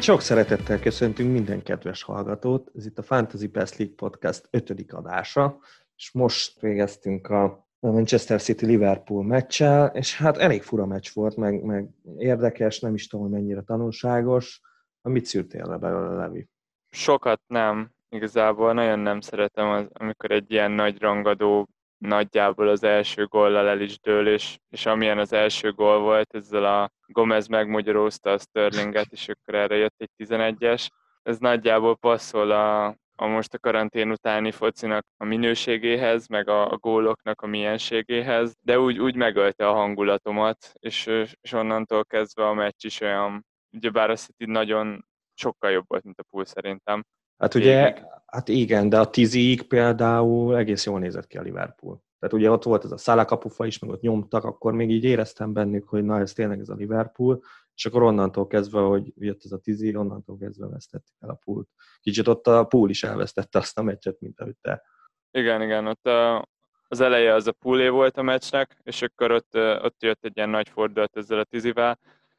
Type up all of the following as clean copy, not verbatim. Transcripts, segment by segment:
Sok szeretettel köszöntünk minden kedves hallgatót. Ez itt a Fantasy Best League Podcast 5. adása, és most végeztünk a Manchester City-Liverpool meccsel, és hát elég fura meccs volt, meg érdekes, nem is tudom, hogy mennyire tanulságos. Mit szűrtél le belőle, Levi? Sokat nem, igazából nagyon nem szeretem, amikor egy ilyen nagy rangadó nagyjából az első góllal el is dől, és amilyen az első gól volt, ezzel a Gomez megmagyarázta a Sterlinget, és akkor erre jött egy 11-es. Ez nagyjából passzol a most a karantén utáni focinak a minőségéhez, meg a góloknak a mienségéhez, de úgy megölte a hangulatomat, és onnantól kezdve a meccs is olyan, ugyebár a City nagyon sokkal jobb volt, mint a Pool szerintem. Hát ugye, Végig. hát igen, de a 10-ig például egész jól nézett ki a Liverpool. Tehát ugye ott volt ez a Salah kapufa is, meg ott nyomtak, akkor még így éreztem bennük, hogy na, ez tényleg ez a Liverpool, és akkor onnantól kezdve, hogy jött ez a 10, onnantól kezdve vesztettük el a Poolt. Kicsit ott a Pool is elvesztette azt a meccset, mint ahogy te. Igen, ott az eleje az a Poolé volt a meccsnek, és akkor ott jött egy ilyen nagy fordulat ezzel a 10-vel.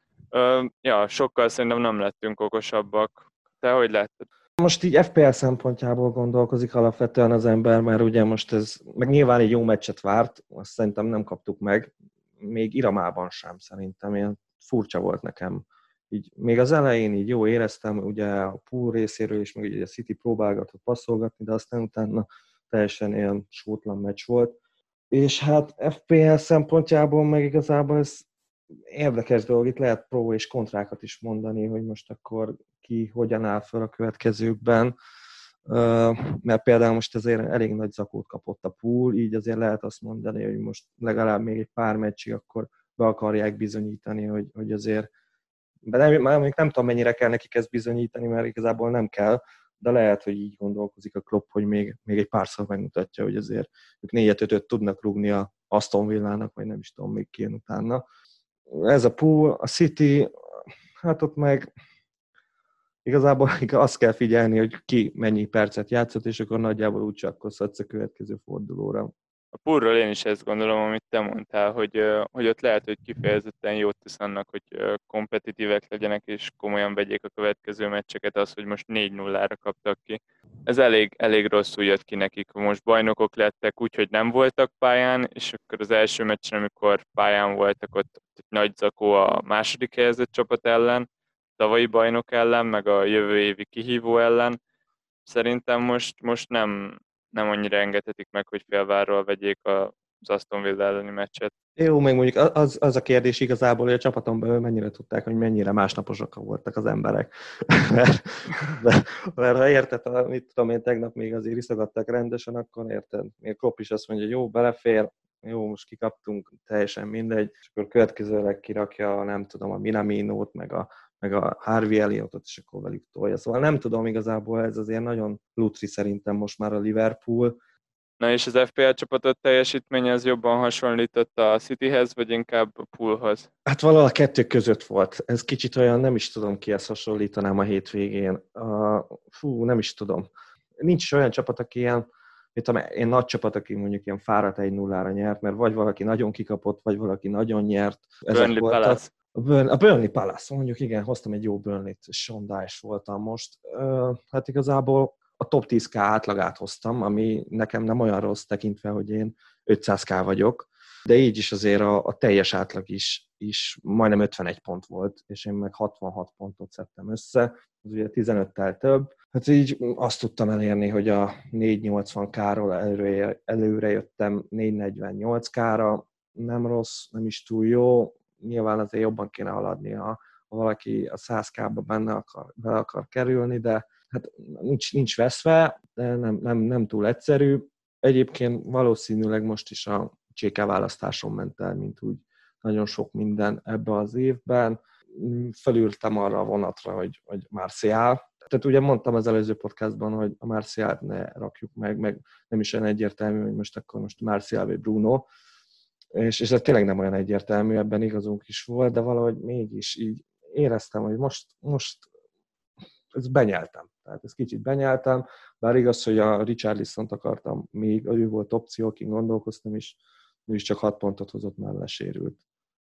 Ja, sokkal szerintem nem lettünk okosabbak. Te hogy láttad? Most így FPL szempontjából gondolkozik alapvetően az ember, mert ugye most ez, meg nyilván egy jó meccset várt, azt szerintem nem kaptuk meg, még Iramában sem szerintem, ilyen furcsa volt nekem. Így, még az elején így jó éreztem, ugye a Pool részéről is, meg ugye a City próbálgatott passzolgatni, de aztán utána teljesen ilyen sótlan meccs volt. És hát FPL szempontjából meg igazából ez érdekes dolog, itt lehet pro és kontrákat is mondani, hogy most akkor ki hogyan áll fel a következőkben, mert például most azért elég nagy zakót kapott a Pool, így azért lehet azt mondani, hogy most legalább még egy pár meccsig akkor be akarják bizonyítani, hogy azért, de nem tudom, mennyire kell nekik ezt bizonyítani, mert igazából nem kell, de lehet, hogy így gondolkozik a Klopp, hogy még egy párszor megmutatja, hogy azért ők 4-5-öt tudnak rúgni a Aston Villának, vagy nem is tudom, még kijön utána. Ez a Pool, a City, hát ott meg igazából azt kell figyelni, hogy ki mennyi percet játszott, és akkor nagyjából úgy csatkozhatsz a következő fordulóra. A Poolról én is ezt gondolom, amit te mondtál, hogy ott lehet, hogy kifejezetten jót tesz annak, hogy kompetitívek legyenek, és komolyan vegyék a következő meccseket, az, hogy most 4-0-ra kaptak ki. Ez elég rosszul jött ki nekik. Most bajnokok lettek úgy, hogy nem voltak pályán, és akkor az első meccsen, amikor pályán voltak, ott egy nagy zakó a második helyezett csapat ellen, tavalyi bajnok ellen, meg a jövő évi kihívó ellen. Szerintem most nem annyira engedhetik meg, hogy félvárral vegyék az Aston Villa elleni meccset. Jó, meg mondjuk az a kérdés igazából, hogy a csapaton belül mennyire tudták, hogy mennyire másnaposak voltak az emberek. mert ha érted, mit tudom én, tegnap még azért iszogattak rendesen, akkor érted. Még Klopp is azt mondja, hogy jó, belefér, jó, most kikaptunk, teljesen mindegy, és akkor következőleg kirakja, nem tudom, a Minaminót, meg a Harvey Elliotot, és akkor velük tolja. Szóval nem tudom igazából, ez azért nagyon lutri szerintem most már a Liverpool. Na és az FPL csapatot teljesítménye az jobban hasonlított a Cityhez, vagy inkább a Poolhoz? Hát valahol a kettő között volt. Ez kicsit olyan, nem is tudom, kihez hasonlítanám a hétvégén. Nem is tudom. Nincs olyan csapat, aki ilyen nagy csapat, aki mondjuk ilyen fáradt 1-0-ra nyert, mert vagy valaki nagyon kikapott, vagy valaki nagyon nyert. Burnley Palace. A Burnley Palace, mondjuk igen, hoztam egy jó Burnley-t, Sean Dyche voltam most. Hát igazából a top 10K átlagát hoztam, ami nekem nem olyan rossz tekintve, hogy én 500K vagyok, de így is azért a teljes átlag is majdnem 51 pont volt, és én meg 66 pontot szedtem össze, az ugye 15-tel több. Hát így azt tudtam elérni, hogy a 480K-ról előre jöttem 448K-ra, nem rossz, nem is túl jó, nyilván azért jobban kéne haladni, ha valaki a 100K-ba bele akar kerülni, de hát nincs veszve, de nem túl egyszerű. Egyébként valószínűleg most is a CK választáson ment el, mint úgy nagyon sok minden ebbe az évben. Felültem arra a vonatra, hogy Martial. Tehát ugye mondtam az előző podcastban, hogy a Martialt ne rakjuk meg nem is olyan egyértelmű, hogy most Martial vagy Bruno. És ez tényleg nem olyan egyértelmű, ebben igazunk is volt, de valahogy mégis így éreztem, hogy most ezt benyeltem. Tehát ezt kicsit benyeltem, bár igaz, hogy a Richarlisont akartam még, ő volt opció, akin gondolkoztam is, ő is csak 6 pontot hozott, már lesérült.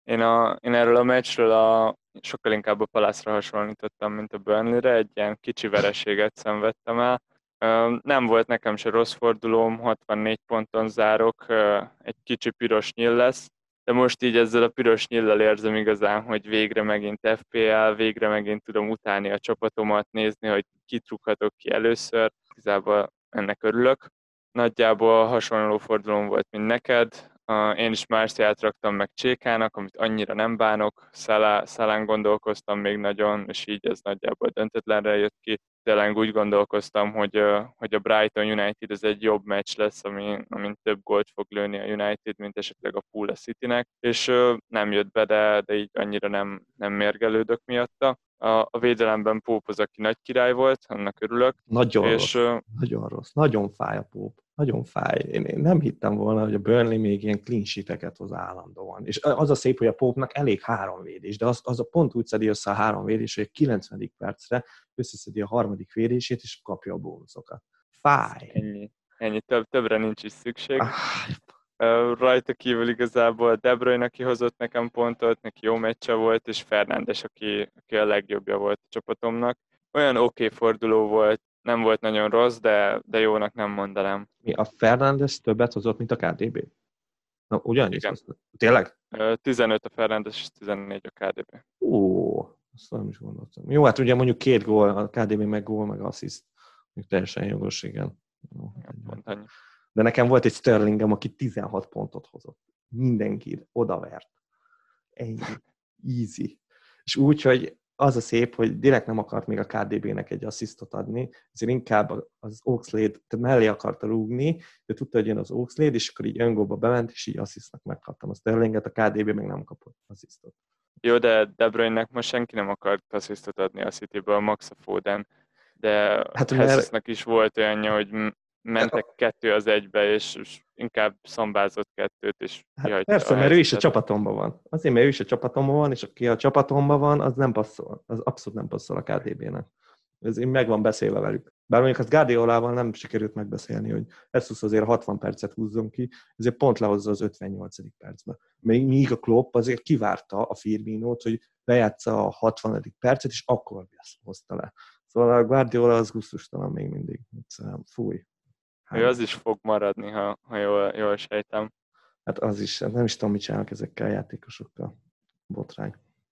Én erről a meccsről sokkal inkább a Palace-ra hasonlítottam, mint a Burnley-re, egy ilyen kicsi vereséget szenvedtem el. Nem volt nekem se rossz fordulóm, 64 ponton zárok, egy kicsi piros nyill lesz, de most így ezzel a piros nyillal érzem igazán, hogy végre megint FPL, végre megint tudom utálni a csapatomat, nézni, hogy kit rúghatok ki először. Igazából ennek örülök. Nagyjából hasonló fordulóm volt, mint neked. Én is Martialt raktam meg Csékának, amit annyira nem bánok. Szalán gondolkoztam még nagyon, és így ez nagyjából döntetlenre jött ki. Tényleg úgy gondolkoztam, hogy a Brighton United ez egy jobb meccs lesz, amin több gólt fog lőni a United, mint esetleg a Pool a Citynek, és nem jött be, de így annyira nem mérgelődök miatta. A védelemben Pope az, aki nagy király volt, annak örülök. Nagyon rossz, nagyon rossz, nagyon fáj a Pope, nagyon fáj. Én nem hittem volna, hogy a Burnley még ilyen clean sheet-eket hoz állandóan. És az a szép, hogy a Pope-nak elég 3 védés, de az a pont úgy szedi össze a 3 védés, hogy a 90. percre összeszedi a 3. védését, és kapja a bónuszokat. Fáj. Ennyi. Többre nincs is szükség. Rajta kívül igazából De Bruyne, aki hozott nekem pontot, neki jó meccse volt, és Fernandes, aki a legjobbja volt a csapatomnak. Olyan oké forduló volt, nem volt nagyon rossz, de jónak nem mondanám. Mi a Fernandes többet hozott, mint a KDB? Na, ugyanis? Igen. Tényleg? 15 a Fernandes, és 14 a KDB. Azt nem is gondoltam. Jó, hát ugye mondjuk 2 gól, a KDB meg gól, meg assziszt. Még teljesen jogos, igen. Jó, pont annyi. De nekem volt egy Sterlingem, aki 16 pontot hozott. Mindenkit odavert. Ennyi. Easy. És úgy, hogy az a szép, hogy direkt nem akart még a KDB-nek egy asszisztot adni, ezért inkább az Oxlade mellé akarta rúgni, de tudta, hogy jön az Oxlade, és akkor így öngóba bement, és így asszisztnak megkaptam a Sterlinget, a KDB meg nem kapott asszisztot. Jó, de De Bruyne-nek most senki nem akart asszisztot adni a Cityből, Max a Foden, de hát Hesusnak is volt olyanja, hogy mentek 2 az 1-be, és inkább szambázott 2-t, és kihagyta. Persze, mert ő is a csapatomban van. Azért, mert ő is a csapatomban van, és aki a csapatomban van, az nem passzol. Az abszolút nem passzol a KDB-nek. Ez így meg van beszélve velük. Bár mondjuk azt Guardiolával nem sikerült megbeszélni, hogy Jesus azért 60 percet húzzon ki, ezért pont lehozza az 58. percbe. Míg a Klopp azért kivárta a Firminót, hogy bejátsza a 60. percet, és akkor hozta le. Szóval a Guardiola az gusztustalan még mindig. Fúj. Ő az is fog maradni, ha jól sejtem. Hát az is, nem is tudom, mit csinálnak ezekkel a játékosokkal. Botrány.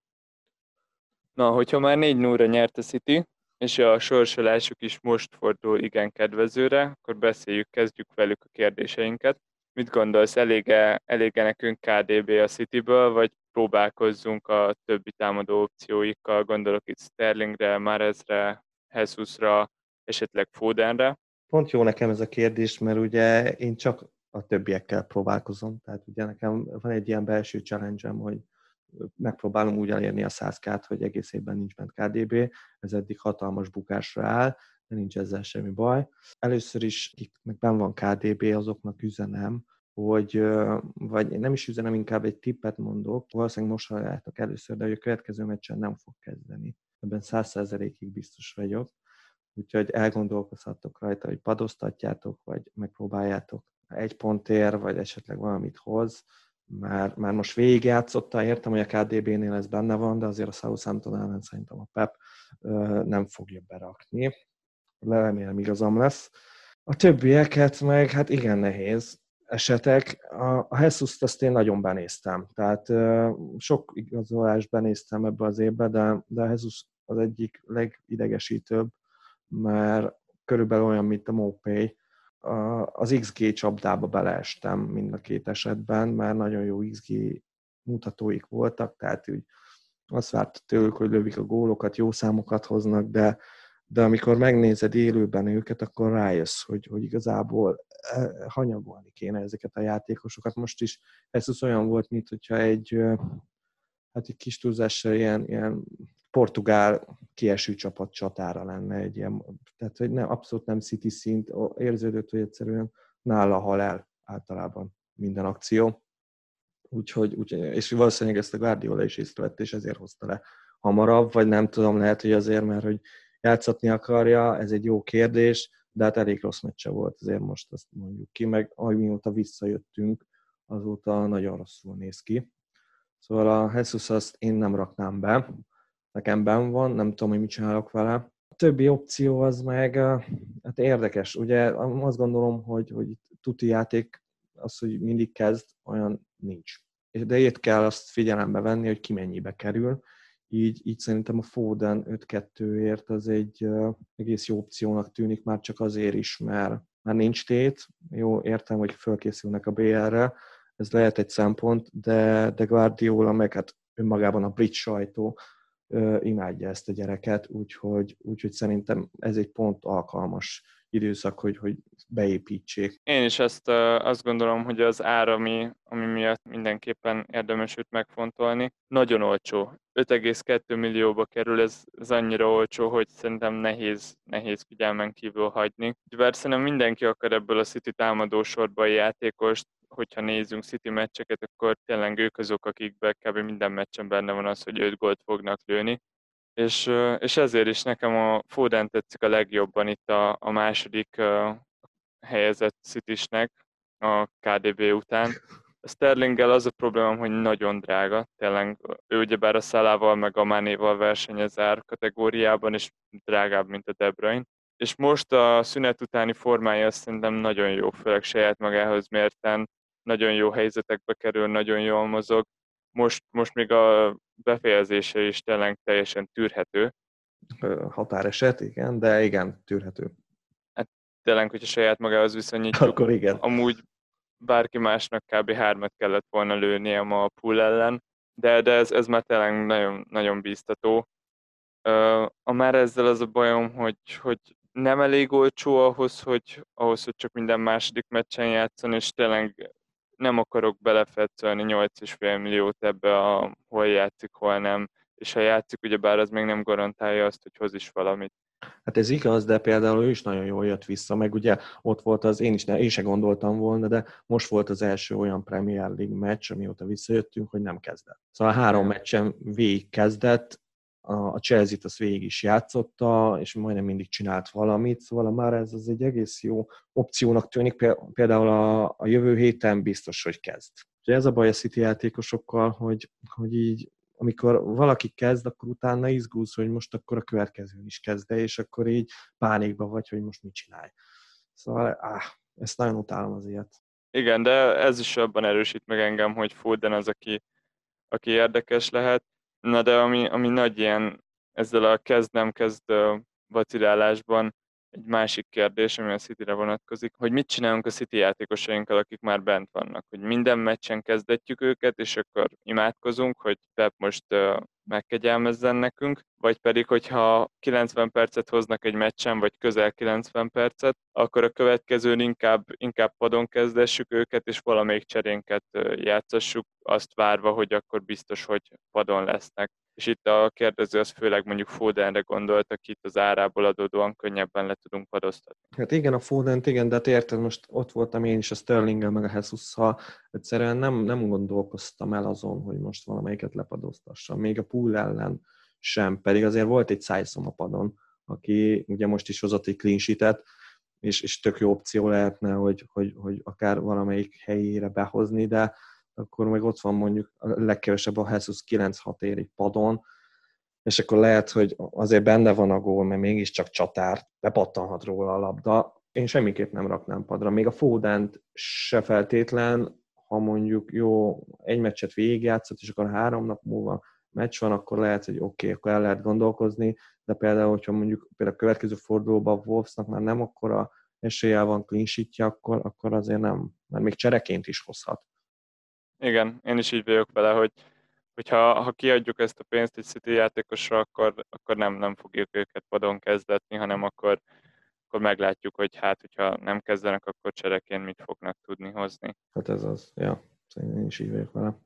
Na, hogyha már 4-0-ra nyert a City, és a sorsolásuk is most fordul igen kedvezőre, akkor kezdjük velük a kérdéseinket. Mit gondolsz, elége nekünk KDB a Cityből, vagy próbálkozzunk a többi támadó opcióikkal, gondolok itt Sterlingre, Mahrezre, Jesusra, esetleg Fodenre? Pont jó nekem ez a kérdés, mert ugye én csak a többiekkel próbálkozom, tehát ugye nekem van egy ilyen belső challenge-em, hogy megpróbálom úgy elérni a 100K-t, hogy egész évben nincs bent KDB, ez eddig hatalmas bukásra áll, de nincs ezzel semmi baj. Először is, akiknek benn van KDB, azoknak üzenem, hogy, vagy nem is üzenem, inkább egy tippet mondok, valószínűleg most halljátok először, de hogy a következő meccsen nem fog kezdeni. Ebben 100%-ig biztos vagyok. Úgyhogy elgondolkozhattok rajta, hogy padoztatjátok, vagy megpróbáljátok 1 pontért, vagy esetleg valamit hoz. Már most végigjátszotta, értem, hogy a KDB-nél ez benne van, de azért a Southampton ellen szerintem a Pep nem fogja berakni. Remélem igazam lesz. A többieket meg, hát igen nehéz esetek. A Jesus-t azt én nagyon benéztem. Tehát sok igazolást benéztem ebbe az évbe, de a Jesus az egyik legidegesítőbb, mert körülbelül olyan, mint a Mopay. Az XG csapdába beleestem mind a 2 esetben, mert nagyon jó XG mutatóik voltak, tehát úgy azt várta tőlük, hogy lövik a gólokat, jó számokat hoznak, de amikor megnézed élőben őket, akkor rájössz, hogy igazából hanyagolni kéne ezeket a játékosokat. Most is ez olyan volt, mint hogyha egy kis túlzással ilyen portugál kieső csapat csatára lenne egy ilyen, tehát hogy abszolút nem City szint, érződött, hogy egyszerűen nála hal el általában minden akció. Úgyhogy, és valószínűleg ezt a Guardiola is észrevett, és ezért hozta le hamarabb, vagy nem tudom, lehet, hogy azért, mert hogy játszatni akarja, ez egy jó kérdés, de hát elég rossz meccse volt, azért most azt mondjuk ki, meg mióta visszajöttünk, azóta nagyon rosszul néz ki. Szóval a Jesus azt én nem raknám be, nekem benn van, nem tudom, hogy mit csinálok vele. A többi opció az meg hát érdekes. Ugye azt gondolom, hogy tuti játék az, hogy mindig kezd, olyan nincs. De itt kell azt figyelembe venni, hogy ki mennyibe kerül. Így szerintem a Foden 5-2-ért az egy egész jó opciónak tűnik, már csak azért is, mert már nincs tét. Jó, értem, hogy fölkészülnek a BL-re, ez lehet egy szempont, de Guardiola meg hát önmagában a brit sajtó imádja ezt a gyereket, úgyhogy szerintem ez egy pont alkalmas időszak, hogy beépítsék. Én is azt gondolom, hogy az ár, ami miatt mindenképpen érdemes őt megfontolni, nagyon olcsó. 5,2 millióba kerül, ez annyira olcsó, hogy szerintem nehéz figyelmen kívül hagyni. Bár szerintem mindenki akar ebből a City támadósorban játékost, hogyha nézzünk City meccseket, akkor tényleg ők azok, akikben kb. Minden meccsen benne van az, hogy 5 gólt fognak lőni. És ezért is nekem a Foden tetszik a legjobban itt a második helyezett Citysnek a KDB után. A Sterlinggel az a problémám, hogy nagyon drága, tényleg ő ugyebár a Salával meg a Manéval versenyez ár kategóriában, és drágább, mint a De Bruyne. És most a szünet utáni formája szerintem nagyon jó, főleg saját magához mérten, nagyon jó helyzetekbe kerül, nagyon jól mozog. Most még a befejezése is tényleg teljesen tűrhető. Határeset, igen, de igen, tűrhető. Hát tényleg, hogyha saját magához viszonyítjuk, Akkor igen. amúgy bárki másnak kb. 3-at kellett volna lőnie ma a Pool ellen, de ez már tényleg nagyon, nagyon bíztató. Már ezzel az a bajom, hogy nem elég olcsó ahhoz, hogy csak minden második meccsen játszon, és tényleg nem akarok belefetszölni 8,5 milliót ebbe, hol játszik, hol nem, és ha játszik, ugyebár az még nem garantálja azt, hogy hoz is valamit. Hát ez igaz, de például ő is nagyon jól jött vissza, meg ugye ott volt az, én se gondoltam volna, de most volt az első olyan Premier League meccs, amióta visszajöttünk, hogy nem kezdett. Szóval 3 meccsen végig kezdett, a Chelsea-t azt végig is játszotta, és majdnem mindig csinált valamit, szóval már ez az egy egész jó opciónak tűnik, például a jövő héten biztos, hogy kezd. Ugye ez a baj a City játékosokkal, hogy így amikor valaki kezd, akkor utána izgulsz, hogy most akkor a következőn is kezd, és akkor így pánikba vagy, hogy most mit csinálj. Szóval ezt nagyon utálom az ilyet. Igen, de ez is abban erősít meg engem, hogy Foden az, aki érdekes lehet. Na de ami nagy ilyen ezzel a kezd-nem kezd vacilálásban egy másik kérdés, ami a Cityre vonatkozik, hogy mit csinálunk a City játékosainkkal, akik már bent vannak. Hogy minden meccsen kezdetjük őket, és akkor imádkozunk, hogy Pep most megkegyelmezzen nekünk, vagy pedig, hogyha 90 percet hoznak egy meccsen, vagy közel 90 percet, akkor a következőn inkább padon kezdessük őket, és valamelyik cserénket játszassuk, azt várva, hogy akkor biztos, hogy padon lesznek. És itt a kérdező az főleg mondjuk Fodenre gondolt, akit az árából adódóan könnyebben le tudunk padoztatni. Hát igen, a Fodent, igen, de hát érted, most ott voltam én is a Sterlinggel, meg a Jesusszal, egyszerűen nem gondolkoztam el azon, hogy most valamelyiket lepadoztassam. Még a Pool ellen sem, pedig azért volt egy Szájszom a padon, aki ugye most is hozott egy clean sheetet, és tök jó opció lehetne, hogy akár valamelyik helyére behozni, de akkor meg ott van mondjuk a legkevesebb a Jesus 9-6 ér egy padon, és akkor lehet, hogy azért benne van a gól, mert mégiscsak csatár, bepattanhat róla a labda. Én semmiképp nem raknám padra. Még a Fodent se feltétlen, ha mondjuk jó, egy meccset végigjátszott, és akkor 3 nap múlva meccs van, akkor lehet, hogy oké, akkor el lehet gondolkozni, de például, hogyha mondjuk a következő fordulóban a Wolvesnak már nem akkora esélye van clean sheetje, akkor azért nem, mert még csereként is hozhat. Igen, én is így vagyok vele, hogyha kiadjuk ezt a pénzt egy City játékosra, akkor nem fogjuk őket padon kezdetni, hanem akkor meglátjuk, hogy hát, hogyha nem kezdenek, akkor csereként mit fognak tudni hozni. Hát ez az, ja, szerintem én is így vagyok vele.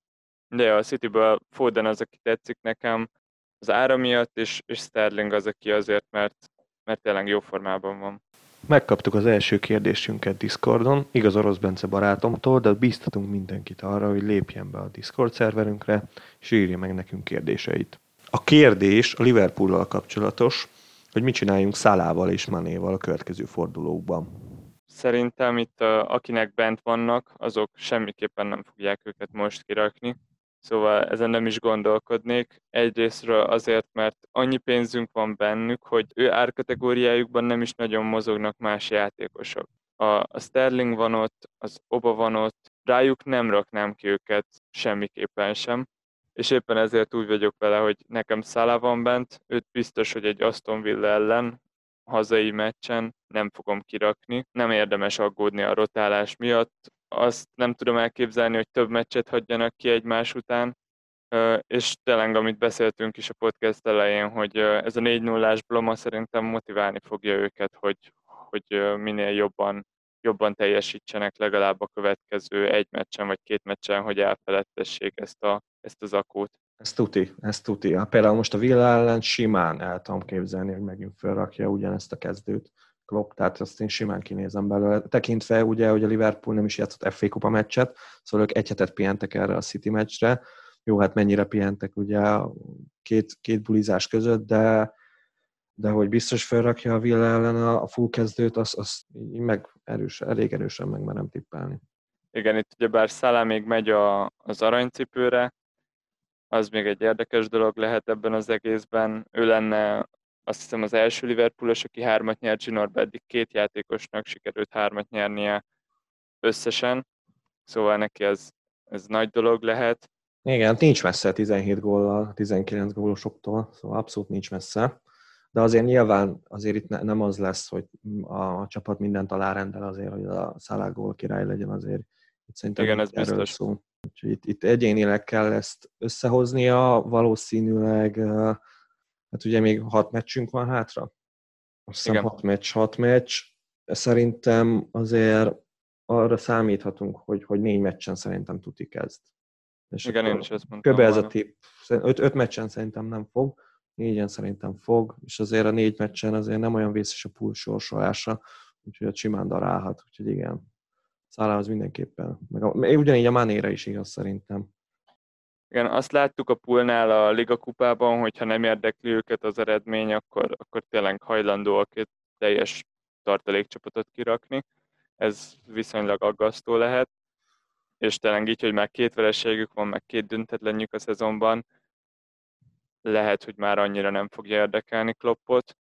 De a Cityből Foden az, aki tetszik nekem, az ára miatt, és Sterling az, aki azért, mert tényleg jó formában van. Megkaptuk az első kérdésünket Discordon, igaz Orosz Bence barátomtól, de bíztatunk mindenkit arra, hogy lépjen be a Discord szerverünkre, és írja meg nekünk kérdéseit. A kérdés a Liverpoollal kapcsolatos, hogy mit csináljunk Salával és Manéval a következő fordulókban. Szerintem itt akinek bent vannak, azok semmiképpen nem fogják őket most kirakni. Szóval ezen nem is gondolkodnék. Egyrésztről azért, mert annyi pénzünk van bennük, hogy ő árkategóriájukban nem is nagyon mozognak más játékosok. A Sterling van ott, az Oba van ott, rájuk nem raknám ki őket semmiképpen sem. És éppen ezért úgy vagyok vele, hogy nekem Salah van bent, őt biztos, hogy egy Aston Villa ellen hazai meccsen nem fogom kirakni. Nem érdemes aggódni a rotálás miatt. Azt nem tudom elképzelni, hogy több meccset hagyjanak ki egymás után, és tényleg, amit beszéltünk is a podcast elején, hogy ez a 4-0-ás bloma szerintem motiválni fogja őket, hogy minél jobban teljesítsenek legalább a következő egy meccsen vagy két meccsen, hogy elfeledtessék ezt az akót. Ez tuti. Például most a Villa ellen simán el tudom képzelni, hogy megint felrakja ugyanezt a kezdőt Klopp, tehát azt én simán kinézem belőle. Tekintve ugye, hogy a Liverpool nem is játszott FA Kupa meccset, szóval ők egy hetet pihentek erre a City meccsre. Jó, hát mennyire pihentek ugye két bulizás között, de hogy biztos felrakja a Villa ellen a full kezdőt, azt elég erősen megmerem tippelni. Igen, itt ugyebár Salah még megy az aranycipőre, az még egy érdekes dolog lehet ebben az egészben. Ő lenne azt hiszem az első Liverpoolos, aki 3-at nyert Zsinórba, eddig 2 játékosnak sikerült 3-at nyernie összesen, szóval neki ez nagy dolog lehet. Igen, nincs messze 17 góllal, 19 gólosoktól, szóval abszolút nincs messze. De azért nyilván azért itt nem az lesz, hogy a csapat mindent alárendel azért, hogy a Salah gól király legyen azért. Itt szerintem Igen, nincs ez erről biztos. szó. Úgyhogy itt egyénileg kell ezt összehoznia, valószínűleg, hát ugye még 6 meccsünk van hátra. Azt hiszem Igen. 6 meccs. Szerintem azért arra számíthatunk, hogy 4 meccsen szerintem tuti kezd. És Igen, én akkor is ezt mondtam kb. Ez a volna. tipp. 5 meccsen szerintem nem fog, 4-en szerintem fog, és azért a 4 meccsen azért nem olyan vészes a pool sorsolása, úgyhogy a simán darálhat, úgyhogy igen. Salah az mindenképpen. Ugyanígy a Manére is igaz szerintem. Igen, azt láttuk a poolnál a Liga kupában, hogyha nem érdekli őket az eredmény, akkor tényleg hajlandóak egy teljes tartalékcsapatot kirakni. Ez viszonylag aggasztó lehet, és tényleg így, hogy már 2 vereségük van, meg 2 döntetlenjük a szezonban, lehet, hogy már annyira nem fogja érdekelni Kloppot.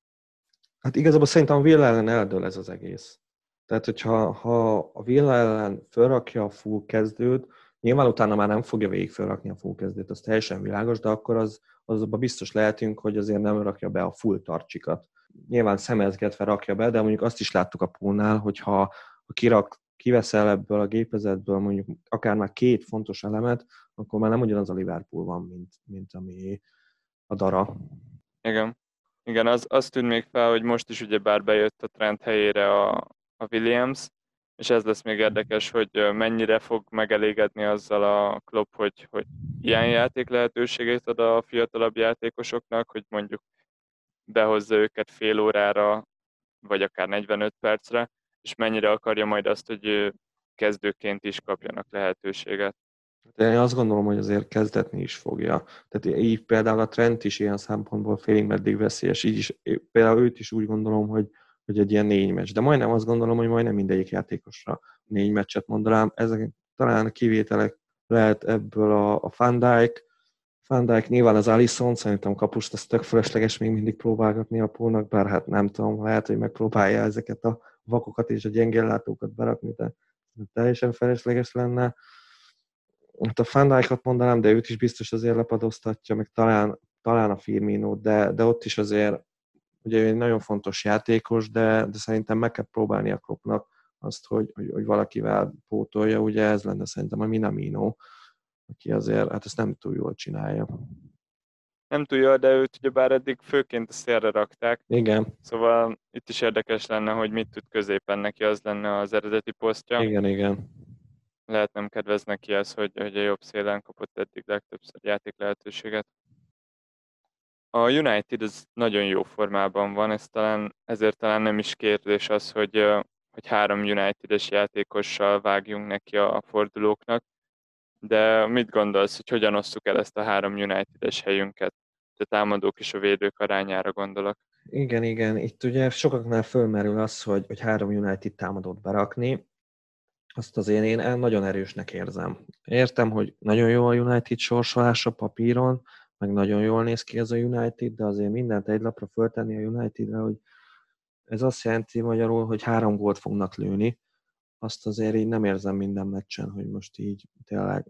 Hát igazából szerintem a Villa ellen eldől ez az egész. Tehát, hogyha a Villa ellen fölrakja a full kezdőt, nyilván utána már nem fogja végig fölrakni a full kezdőt, az teljesen világos, de akkor azokban biztos lehetünk, hogy azért nem rakja be a full tarcsikat. Nyilván szemezgetve rakja be, de mondjuk azt is láttuk a poolnál, hogy ha kiveszel ebből a gépezetből mondjuk akár már 2 fontos elemet, akkor már nem ugyanaz a Liverpool van, mint ami a Dara. Igen. Igen, az tűnt még fel, hogy most is ugyebár bejött a Trent helyére a Williams, és ez lesz még érdekes, hogy mennyire fog megelégedni azzal a Klopp, hogy ilyen játék lehetőségét ad a fiatalabb játékosoknak, hogy mondjuk behozza őket fél órára, vagy akár 45 percre, és mennyire akarja majd azt, hogy kezdőként is kapjanak lehetőséget. De én azt gondolom, hogy azért kezdetni is fogja. Tehát így például a Trent is ilyen szempontból félig meddig veszélyes. Így is, például őt is úgy gondolom, hogy egy ilyen 4 meccs. De majdnem azt gondolom, hogy majdnem mindegyik játékosra 4 meccset mondanám. Ezek talán kivételek lehet ebből a Van Dijk. Van Dijk nyilván az Alisson, szerintem kapust az tök fölösleges még mindig próbálgatni a pólnak, bár hát nem tudom, lehet, hogy megpróbálja ezeket a vakokat és a gyengéllátókat berakni, de teljesen felesleges lenne. Hát a Van Dijkot mondanám, de őt is biztos azért lepadoztatja, meg talán a Firminót, de ott is azért ugye ő egy nagyon fontos játékos, de szerintem meg kell próbálni a Kloppnak azt, hogy valakivel pótolja, ugye ez lenne szerintem a Minamino, aki azért, hát ezt nem túl jól csinálja. Nem túl jó, de őt ugyebár eddig főként a szélre rakták, Igen, szóval itt is érdekes lenne, hogy mit tud középen, neki az lenne az eredeti posztja. igen. Lehet nem kedvez neki ez, hogy a jobb szélen kapott eddig legtöbbször játék lehetőséget. A United az nagyon jó formában van, ezért talán nem is kérdés az, hogy 3 United-es játékossal vágjunk neki a fordulóknak, de mit gondolsz, hogy hogyan osszuk el ezt a 3 United-es helyünket? A támadók és a védők arányára gondolok. Igen. Itt ugye sokaknál fölmerül az, hogy 3 United támadót berakni. Azt azért én nagyon erősnek érzem. Értem, hogy nagyon jó a United sorsolása papíron, meg nagyon jól néz ki ez a United, de azért mindent egy lapra föltenni a Unitedre, hogy ez azt jelenti magyarul, hogy 3 gólt fognak lőni. Azt azért így nem érzem minden meccsen, hogy most így tényleg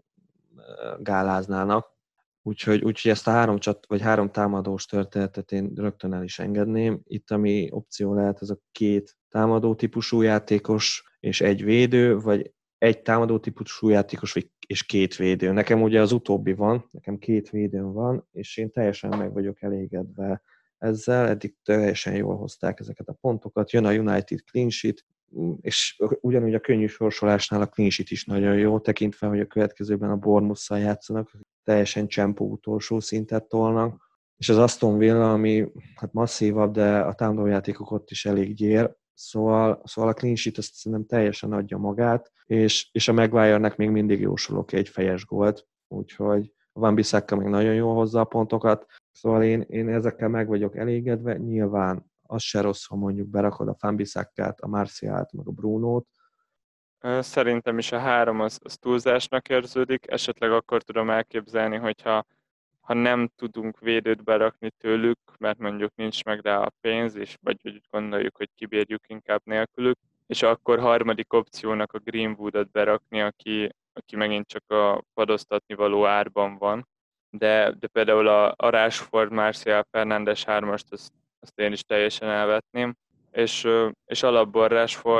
gáláznának. Úgyhogy ezt a 3 támadós történetet én rögtön el is engedném. Itt ami opció lehet, ez a 2 támadó típusú játékos és egy védő, vagy egy támadó típusú játékos és 2 védő. Nekem ugye az utóbbi van, nekem 2 védőm van, és én teljesen meg vagyok elégedve ezzel. Eddig teljesen jól hozták ezeket a pontokat. Jön a United clean sheet, és ugyanúgy a könnyű sorsolásnál a clean sheet is nagyon jó, tekintve, hogy a következőben a Bournemouth-szal játszanak, teljesen csempó utolsó szintet tolnak, és az Aston Villa, ami hát masszívabb, de a támadójátékok ott is elég gyér, szóval a clean sheet azt szerintem teljesen adja magát, és a Maguire-nek még mindig jósolok egy fejes gólt, úgyhogy a Van Bissaka meg nagyon jól hozza a pontokat, szóval én ezekkel meg vagyok elégedve, nyilván az se rossz, ha mondjuk berakod a Van Bissakát, a Martialt, meg a Brunót. Szerintem is a 3 az túlzásnak érződik, esetleg akkor tudom elképzelni, hogyha nem tudunk védőt berakni tőlük, mert mondjuk nincs meg rá a pénz, és vagy úgy gondoljuk, hogy kibírjuk inkább nélkülük, és akkor harmadik opciónak a Greenwoodot berakni, aki megint csak a padoztatni való árban van. De például a Rashford, Martial, Fernandes 3-ast azt én is teljesen elvetném, és alapból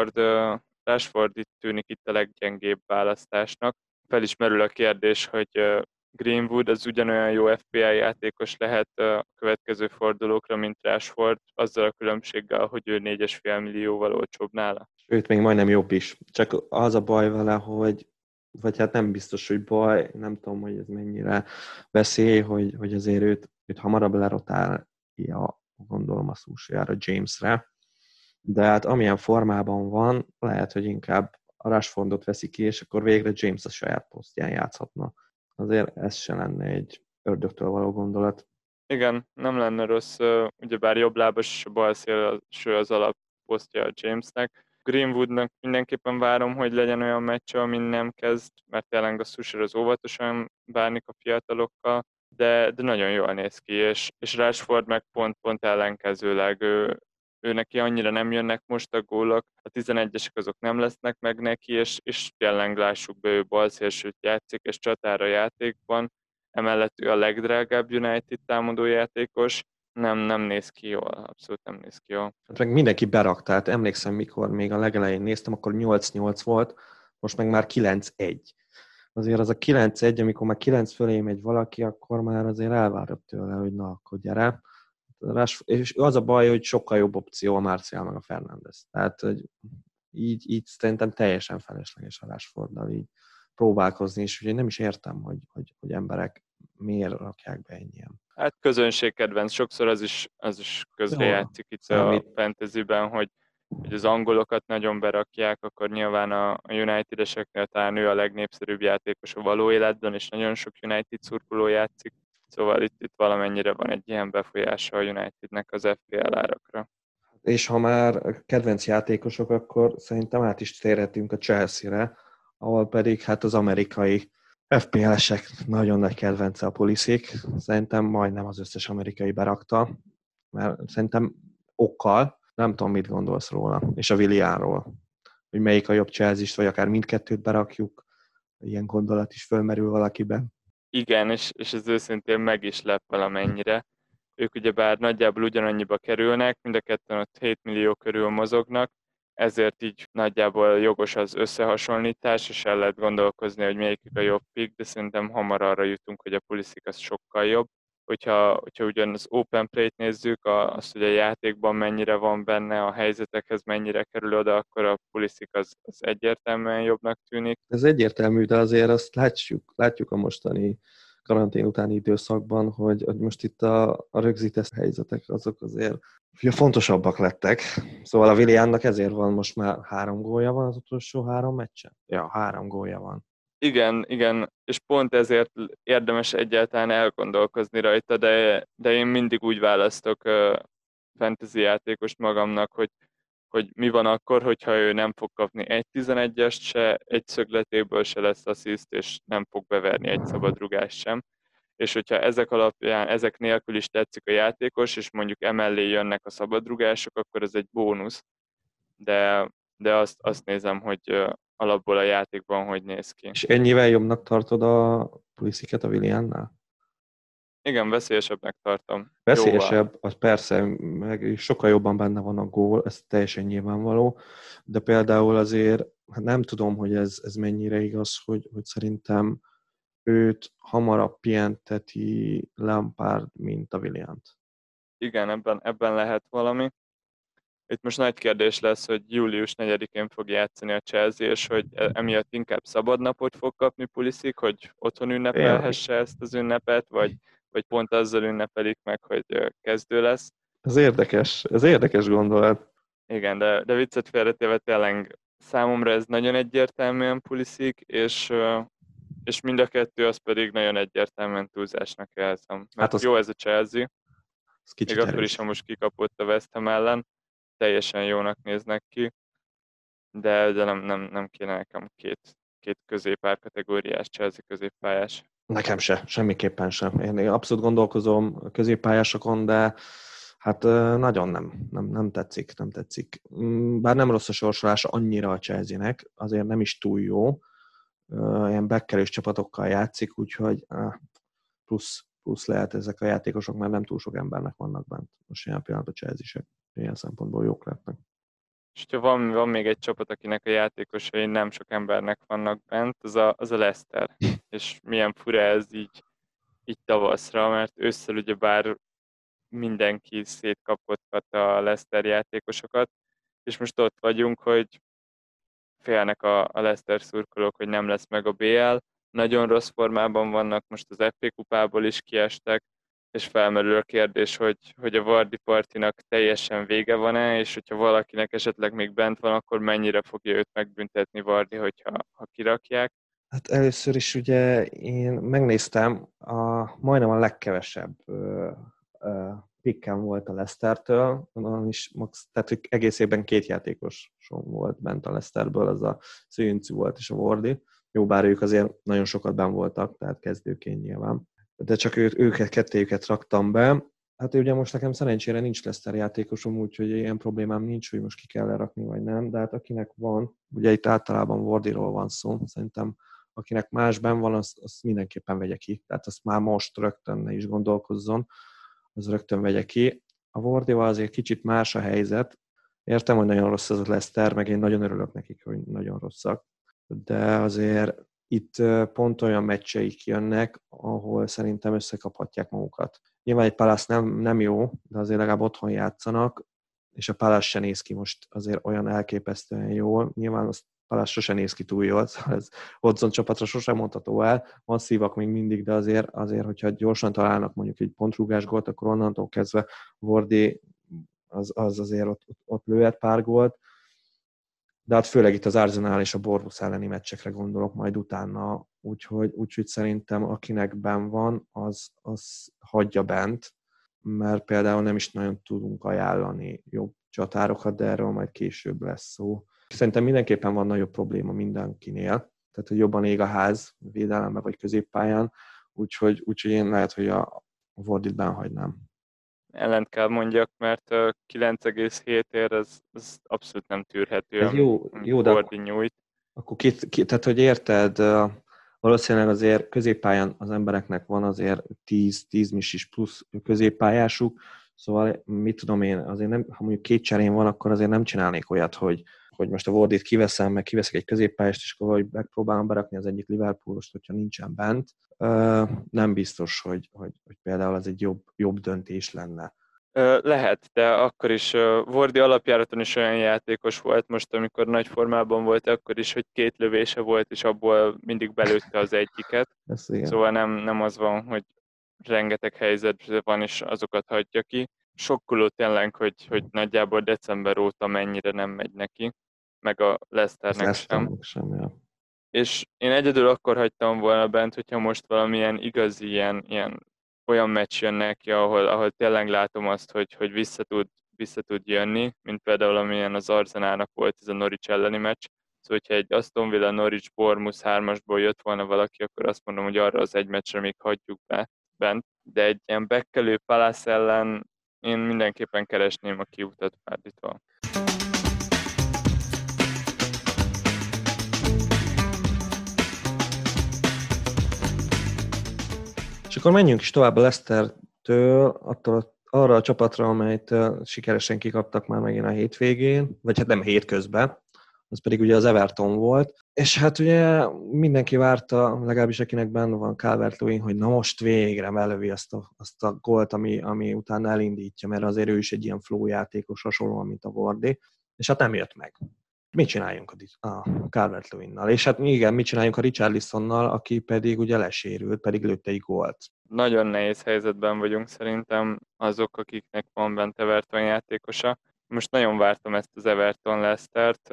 Rashford itt a leggyengébb választásnak. Felismerül a kérdés, hogy Greenwood az ugyanolyan jó FPL játékos lehet a következő fordulókra, mint Rashford, azzal a különbséggel, hogy ő 4,5 millióval olcsóbb nála. Sőt, még majdnem jobb is. Csak az a baj vele, hogy vagy hát nem biztos, hogy baj, nem tudom, hogy ez mennyire veszély, hogy azért őt hamarabb lerotálja, gondolom a Szúsjára, Jamesre, de hát amilyen formában van, lehet, hogy inkább a Rashfordot veszi ki, és akkor végre James a saját posztján játszhatna. Azért ez se lenne egy ördögtől való gondolat. Igen, nem lenne rossz, ugyebár jobblábas és a bal szélső az alapposztja a Jamesnek. Greenwoodnak mindenképpen várom, hogy legyen olyan meccs, amin nem kezd, mert tényleg a Susher az óvatosan bánik a fiatalokkal, de nagyon jól néz ki, és Rashford meg pont ellenkezőleg, ő neki annyira nem jönnek most a gólok, a 11-esek azok nem lesznek meg neki, és tényleg lássuk be, ő balszélsőt játszik, és csatára játékban, emellett ő a legdrágább United támadójátékos, nem néz ki jól, abszolút nem néz ki jól. Hát meg mindenki berak, tehát emlékszem, mikor még a legelején néztem, akkor 8-8 volt, most meg már 9-1. Azért az a 9-1, amikor már 9 fölé megy valaki, akkor már azért elvárod tőle, hogy na, akkor gyere. És az a baj, hogy sokkal jobb opció a Martial meg a Fernandes. Tehát, hogy így szerintem teljesen felesleges a Rashforddal így próbálkozni, és ugye nem is értem, hogy emberek miért rakják be ennyien. Hát közönségkedvenc, sokszor az is Jó, közrejátszik itt a számít. fantasyben, hogy az angolokat nagyon berakják, akkor nyilván a United-eseknél talán ő a legnépszerűbb játékos a való életben, és nagyon sok United szurkoló játszik, szóval itt valamennyire van egy ilyen befolyása a Unitednek az FPL árakra. És ha már kedvenc játékosok, akkor szerintem át is térhetünk a Chelsea-re, ahol pedig hát az amerikai FPL-esek nagyon nagy kedvence a Pulisic. Szerintem majdnem az összes amerikai berakta, mert szerintem okkal, nem tudom, mit gondolsz róla, és a Willianról, hogy melyik a jobb Chelsea-s, vagy akár mindkettőt berakjuk, ilyen gondolat is fölmerül valakiben. Igen, és ez őszintén meg is lep valamennyire. Ők ugyebár nagyjából ugyanannyiba kerülnek, mind a ketten ott 7 millió körül mozognak, ezért így nagyjából jogos az összehasonlítás, és el lehet gondolkozni, hogy melyikük a jobb pick, de szerintem hamar arra jutunk, hogy a Pulisic az sokkal jobb. Hogyha ugyan az open play-t nézzük, azt, hogy a játékban mennyire van benne, a helyzetekhez mennyire kerül oda, akkor a Pulisic az egyértelműen jobbnak tűnik. Ez egyértelmű, de azért azt látjuk a mostani karantén utáni időszakban, hogy most itt a rögzített helyzetek azok azért fontosabbak lettek. Szóval a Williannak ezért van most már 3 gólja van az utolsó 3 meccsen. Ja, 3 gólja van. Igen, és pont ezért érdemes egyáltalán elgondolkozni rajta, de én mindig úgy választok fantasy játékost magamnak, hogy hogy mi van akkor, hogyha ő nem fog kapni egy 11-est se, egy szögletéből se lesz assziszt, és nem fog beverni egy szabadrugást sem. És hogyha ezek alapján, ezek nélkül is tetszik a játékos, és mondjuk emellé jönnek a szabadrugások, akkor ez egy bónusz. De azt nézem, hogy alapból a játékban hogy néz ki. És ennyivel jobbnak tartod a Pulisic-et a Williannál? Igen, veszélyesebbnek tartom. Jóval. Veszélyesebb, az persze, meg sokkal jobban benne van a gól, ez teljesen nyilvánvaló, de például azért, hát nem tudom, hogy ez mennyire igaz, hogy szerintem őt hamarabb pihenteti Lampard, mint a Williant. Igen, ebben lehet valami. Itt most nagy kérdés lesz, hogy július 4-én fog játszani a Chelsea, és hogy emiatt inkább szabadnapot fog kapni Pulisic, hogy otthon ünnepelhesse ezt az ünnepet, vagy pont azzal ünnepelik meg, hogy kezdő lesz. Ez érdekes gondolat. Igen, de viccet félretéve tényleg számomra ez nagyon egyértelműen Pulisic, és mind a kettő az pedig nagyon egyértelműen túlzásnak érzem. Hát Mert jó ez a Chelsea, az még kicsit akkor erős. is, ha most kikapott a West Ham ellen, teljesen jónak néznek ki, de nem kéne nekem két középár kategóriás Chelsea középpályás. Nekem se, semmiképpen sem. Én abszolút gondolkozom a középpályásokon, de hát nagyon nem tetszik, nem tetszik. Bár nem rossz a sorsolása annyira a Chelsea-nek, azért nem is túl jó. Ilyen bekkelős csapatokkal játszik, úgyhogy plusz lehet ezek a játékosok, mert nem túl sok embernek vannak bent. Most ilyen pillanat a Chelsea-sek ilyen szempontból jók lehetnek. És ha van még egy csapat, akinek a játékosai nem sok embernek vannak bent, az a Leicester. És milyen fura ez így tavaszra, mert ősszel ugyebár mindenki szétkapkodta a Leicester játékosokat, és most ott vagyunk, hogy félnek a Leicester szurkolók, hogy nem lesz meg a BL. Nagyon rossz formában vannak, most az FA kupából is kiestek, és felmerül a kérdés, hogy a Vardy partinak teljesen vége van-e, és hogyha valakinek esetleg még bent van, akkor mennyire fogja őt megbüntetni Vardy, ha kirakják. Hát először is ugye én megnéztem, majdnem a legkevesebb pikkem volt a Leicestertől, onnan is tehát hogy egész évben 2 játékosom volt bent a Leicesterből, az a Szőnci volt és a Wardy. Jó, bár ők azért nagyon sokat benn voltak, tehát kezdőként nyilván. De csak kettőjüket raktam be. Hát ugye most nekem szerencsére nincs Leicester játékosom, úgyhogy ilyen problémám nincs, hogy most ki kell lerakni, vagy nem. De hát akinek van, ugye itt általában Wardyról van szó, szerintem akinek más benn van, azt mindenképpen vegye ki. Tehát azt már most rögtön ne is gondolkozzon, az rögtön vegye ki. A Wardyval azért kicsit más a helyzet. Értem, hogy nagyon rossz az a Leicester, meg én nagyon örülök nekik, hogy nagyon rosszak. De azért itt pont olyan meccseik jönnek, ahol szerintem összekaphatják magukat. Nyilván egy Palace nem jó, de azért legalább otthon játszanak, és a Palace se néz ki most azért olyan elképesztően jól. Nyilván az Palace sose néz ki túl jól, szóval ez Hodgson csapatra sosem mondható el. Masszívak még mindig, de azért hogyha gyorsan találnak mondjuk egy pontrúgás gólt, akkor onnantól kezdve Wardy az azért ott lőhet pár gólt. De hát főleg itt az Arsenal és a Bournemouth elleni meccsekre gondolok majd utána, úgyhogy szerintem akinek benn van, az hagyja bent, mert például nem is nagyon tudunk ajánlani jobb csatárokat, de erről majd később lesz szó. Szerintem mindenképpen van nagyobb probléma mindenkinél, tehát hogy jobban ég a ház védelemben vagy középpályán, úgyhogy én lehet, hogy a Wardyt benn hagynám. Ellent kell mondjak, mert 9,7 ér az abszolút nem tűrhető, Ez amit jó, de Wardy nyújt. akkor tehát hogy érted, valószínűleg azért középpályán az embereknek van azért 10 is plusz középpályásuk, szóval mit tudom én, azért nem, ha mondjuk 2 cserén van, akkor azért nem csinálnék olyat, hogy most a Wardit kiveszem, meg kiveszek egy középpályást, és akkor megpróbálom berakni az egyik Liverpoolost, hogyha nincsen bent. Nem biztos, hogy például ez egy jobb döntés lenne. Lehet, de akkor is Wardy alapjáraton is olyan játékos volt most, amikor nagy formában volt, akkor is, hogy 2 lövése volt, és abból mindig belőtte az egyiket. Szóval nem az van, hogy rengeteg helyzet van, és azokat hagyja ki. Sokkoló tényleg, hogy nagyjából december óta mennyire nem megy neki, meg a Leicesternek sem. Ja. És én egyedül akkor hagytam volna bent, hogyha most valamilyen igazi ilyen olyan meccs jön neki, ahol tényleg látom azt, hogy vissza tud vissza tud jönni, mint például amilyen az Arsenalnak volt ez a Norwich elleni meccs. Szóval, hogyha egy Aston Villa Norwich Bournemouth 3-asból jött volna valaki, akkor azt mondom, hogy arra az egy meccsre még hagyjuk bent. De egy ilyen bekkelő Palace ellen én mindenképpen keresném a kiutat Varditól. És akkor menjünk is tovább a Leicester-től, arra a csapatra, amelyet sikeresen kikaptak már megint a hétvégén, vagy hát nem hétközben, az pedig ugye az Everton volt. És hát ugye mindenki várta, legalábbis akinek benne van Calvert-Lewin, hogy na most végre belövi azt a gólt, ami utána elindítja, mert azért ő is egy ilyen flow játékos, hasonlóan, mint a Vardy. És hát nem jött meg. Mit csináljunk a Calvert-Lewinnal? És hát igen, mit csináljunk a Richarlisonnal, aki pedig ugye lesérült, pedig lőtte egy gólt. Nagyon nehéz helyzetben vagyunk szerintem azok, akiknek van bent Everton játékosa. Most nagyon vártam ezt az Everton Leicestert,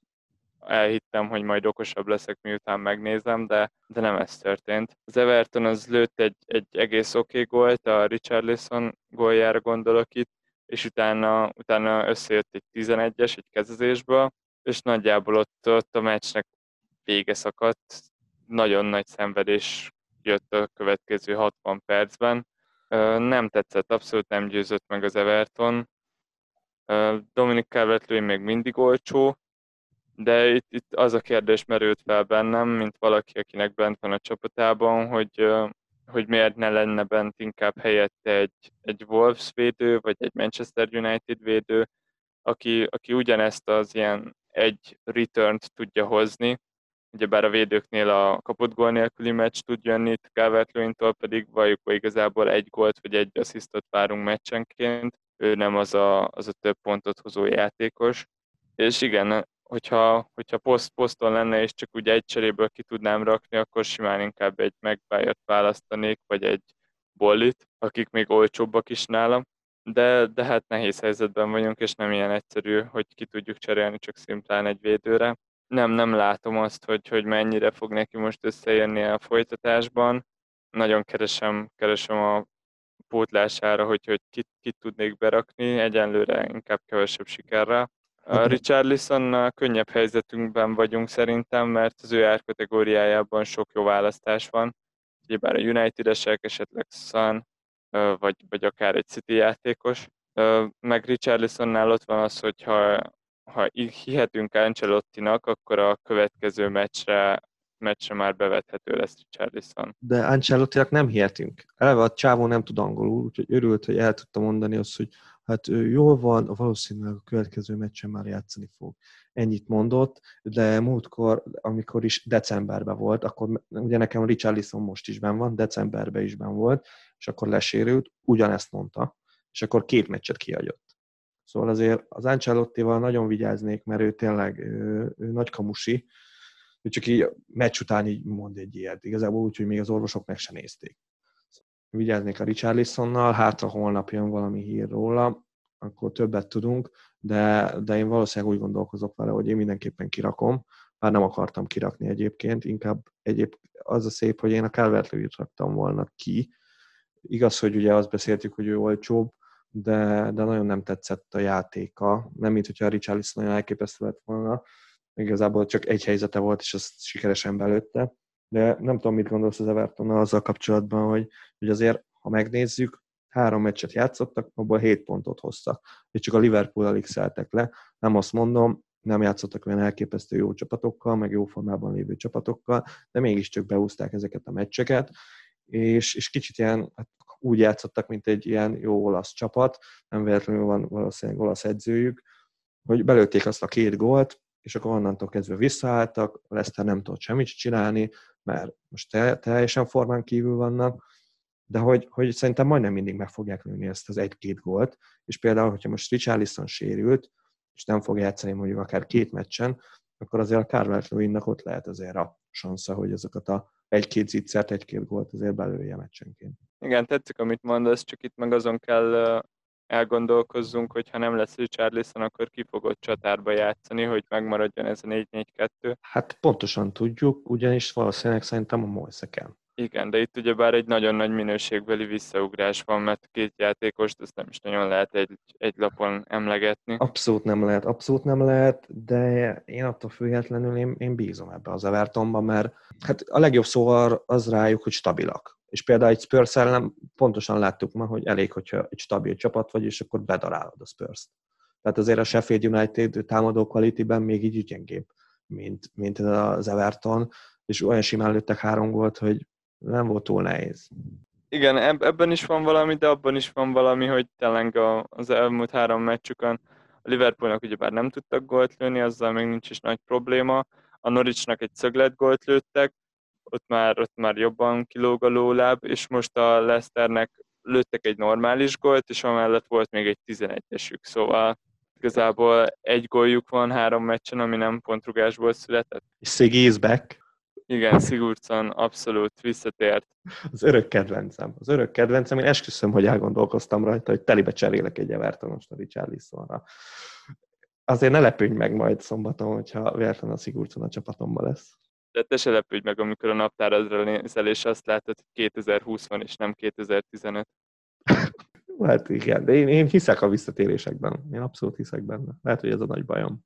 elhittem, hogy majd okosabb leszek, miután megnézem, de nem ez történt. Az Everton az lőtt egy egész oké gólt, a Richarlison góljára gondolok itt, és utána összejött egy 11-es, egy kezezésből, és nagyjából ott a meccsnek vége szakadt. Nagyon nagy szenvedés jött a következő 60 percben. Nem tetszett, abszolút nem győzött meg az Everton. Dominic Calvert-Lewin még mindig olcsó, de itt az a kérdés merült fel bennem, mint valaki, akinek bent van a csapatában, hogy miért ne lenne bent inkább helyette egy Wolves védő, vagy egy Manchester United védő, aki ugyanezt az ilyen egy return-t tudja hozni, ugyebár a védőknél a kapott gól nélküli meccs tud jönni, itt Calvert-Lewintől pedig valljuk, hogy igazából egy gólt vagy egy asszisztot várunk meccsenként, ő nem az a több pontot hozó játékos. És igen, hogyha poszton lenne, és csak úgy egy cseréből ki tudnám rakni, akkor simán inkább egy Maguire-t választanék, vagy egy Bollit, akik még olcsóbbak is nálam. De hát nehéz helyzetben vagyunk, és nem ilyen egyszerű, hogy ki tudjuk cserélni csak szimplán egy védőre. Nem látom azt, hogy mennyire fog neki most összejönni a folytatásban. Nagyon keresem a pótlására, hogy kit tudnék berakni, egyenlőre inkább kevesebb sikerrel. A Richarlisonnal könnyebb helyzetünkben vagyunk szerintem, mert az ő árkategóriájában sok jó választás van. Ugyebár a United-esek, esetleg Son, vagy akár egy City játékos. Meg Richarlisonnál ott van az, hogy ha hihetünk Ancelottinak, akkor a következő meccsre már bevethető lesz Richarlison. De Ancelottinak nem hihetünk. Eleve a csávó nem tud angolul, úgyhogy örült, hogy el tudta mondani azt, hogy hát jól van, valószínűleg a következő meccsen már játszani fog. Ennyit mondott, de múltkor, amikor is decemberben volt, akkor ugye nekem Richarlison most is benn van, decemberben is benn volt, és akkor lesérült, ugyanezt mondta, és akkor 2 meccset kihagyott. Szóval azért az Ancelottival nagyon vigyáznék, mert ő tényleg ő nagy kamusi, ő csak így meccs után így mond egy ilyet. Igazából úgy, hogy még az orvosok meg se nézték. Vigyáznék a Richarlisonnal, hátra holnap jön valami hír róla, akkor többet tudunk, de én valószínűleg úgy gondolkozok vele, hogy én mindenképpen kirakom, bár nem akartam kirakni egyébként, inkább az a szép, hogy én a Calvert-Lewint raktam volna ki. Igaz, hogy ugye azt beszéltük, hogy ő olcsóbb, de nagyon nem tetszett a játéka. Nem, mint hogyha a Richarlison nagyon elképesztő lett volna. Igazából csak egy helyzete volt, és azt sikeresen belőtte. De nem tudom, mit gondolsz az Evertonnal azzal kapcsolatban, hogy azért, ha megnézzük, 3 meccset játszottak, abból 7 pontot hoztak. És csak a Liverpool-al x-eltek le. Nem azt mondom, nem játszottak olyan elképesztő jó csapatokkal, meg jó formában lévő csapatokkal, de mégiscsak beúzták ezeket a meccseket, és kicsit ilyen, hát úgy játszottak, mint egy ilyen jó olasz csapat, nem véletlenül van valószínűleg olasz edzőjük, hogy belőtték azt a 2 gólt, és akkor onnantól kezdve visszaálltak, a Leicester nem tudott semmit csinálni, mert most teljesen formán kívül vannak, de hogy szerintem majdnem mindig meg fogják lőni ezt az 1-2 gólt, és például, hogyha most Richarlison sérült, és nem fog játszani mondjuk akár 2 meccsen, akkor azért a Calvert-Lewinnak ott lehet azért a sansza, hogy azokat a 1-2 zicsert, 1-2 gólt azért belője meccsenként. Igen, tetszik, amit mondasz, csak itt meg azon kell elgondolkozzunk, hogy ha nem lesz Richarlison, akkor ki fog ott csatárba játszani, hogy megmaradjon ez a 4-4-2. Hát pontosan tudjuk, ugyanis valószínűleg szerintem a Moise kell. Igen, de itt ugyebár egy nagyon nagy minőségbeli visszaugrás van, mert két játékost ezt nem is nagyon lehet egy lapon emlegetni. Abszolút nem lehet, de én attól függetlenül én bízom ebbe az Evertonba, mert hát a legjobb szó az rájuk, hogy stabilak. És például egy Spurs ellen pontosan láttuk ma, hogy elég, hogyha egy stabil csapat vagy, és akkor bedarálod a Spurs-t. Tehát azért a Sheffield United támadó qualityben még így gyengébb, mint az Everton, és olyan simán lőttek 3 gólt, hogy nem volt túl nehéz. Igen, ebben is van valami, de abban is van valami, hogy tényleg az elmúlt 3 meccsükön a Liverpoolnak ugyebár nem tudtak gólt lőni, azzal még nincs is nagy probléma. A Norwichnak egy szöglet gólt lőttek, ott már jobban kilóg a lóláb, és most a Leicesternek lőttek egy normális gólt, és amellett volt még egy 11-esük, szóval igazából egy góljuk van 3 meccsen, ami nem pontrugásból született. És Siggy is back. Igen, Sigurdsson abszolút visszatért. Az örök kedvencem. Én esküszöm, hogy elgondolkoztam rajta, hogy telibe cserélek egy Evertonost a Richarlisonra. Azért ne lepődj meg majd szombaton, hogyha véletlenül a Sigurdsson a csapatomban lesz. De te se lepődj meg, amikor a naptáradra nézel, és azt látod, hogy 2020 van, és nem 2015. Hát igen, de én hiszek a visszatérésekben. Én abszolút hiszek benne. Lehet, hogy ez a nagy bajom.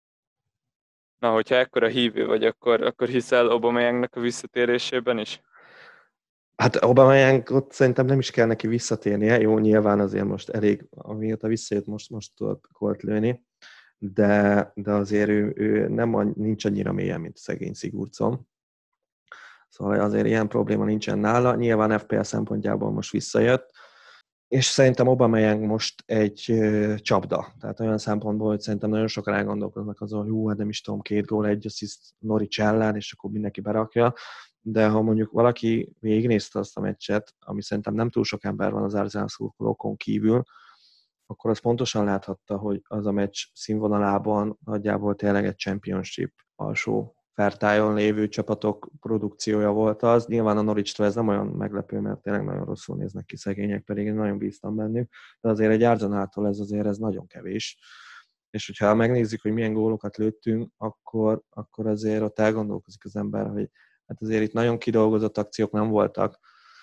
Na, hogyha ekkora hívő vagy, akkor hiszel Aubameyangnak a visszatérésében is? Hát Aubameyangot szerintem nem is kell neki visszatérnie. Jó, nyilván azért most elég, amióta visszajött, most tudott gólt lőni, de azért ő nincs annyira mélyen, mint a szegény Sigurdsson. Szóval azért ilyen probléma nincsen nála. Nyilván FPL szempontjából most visszajött, és szerintem Aubameyang most egy csapda. Tehát olyan szempontból, hogy szerintem nagyon sokan elgondolkoznak azon, hogy hát nem is tudom, 2 gól, 1 assziszt Norwich ellen, és akkor mindenki berakja. De ha mondjuk valaki végignézte azt a meccset, ami szerintem nem túl sok ember van az Arsenal szurkolókon kívül, akkor az pontosan láthatta, hogy az a meccs színvonalában nagyjából tényleg egy championship alsó fertájon lévő csapatok produkciója volt az. Nyilván a Norwich-től ez nem olyan meglepő, mert tényleg nagyon rosszul néznek ki szegények, pedig én nagyon bíztam bennük, de azért egy Arsenaltól ez nagyon kevés. És hogyha megnézzük, hogy milyen gólokat lőttünk, akkor azért ott elgondolkozik az ember, hogy hát azért itt nagyon kidolgozott akciók nem voltak,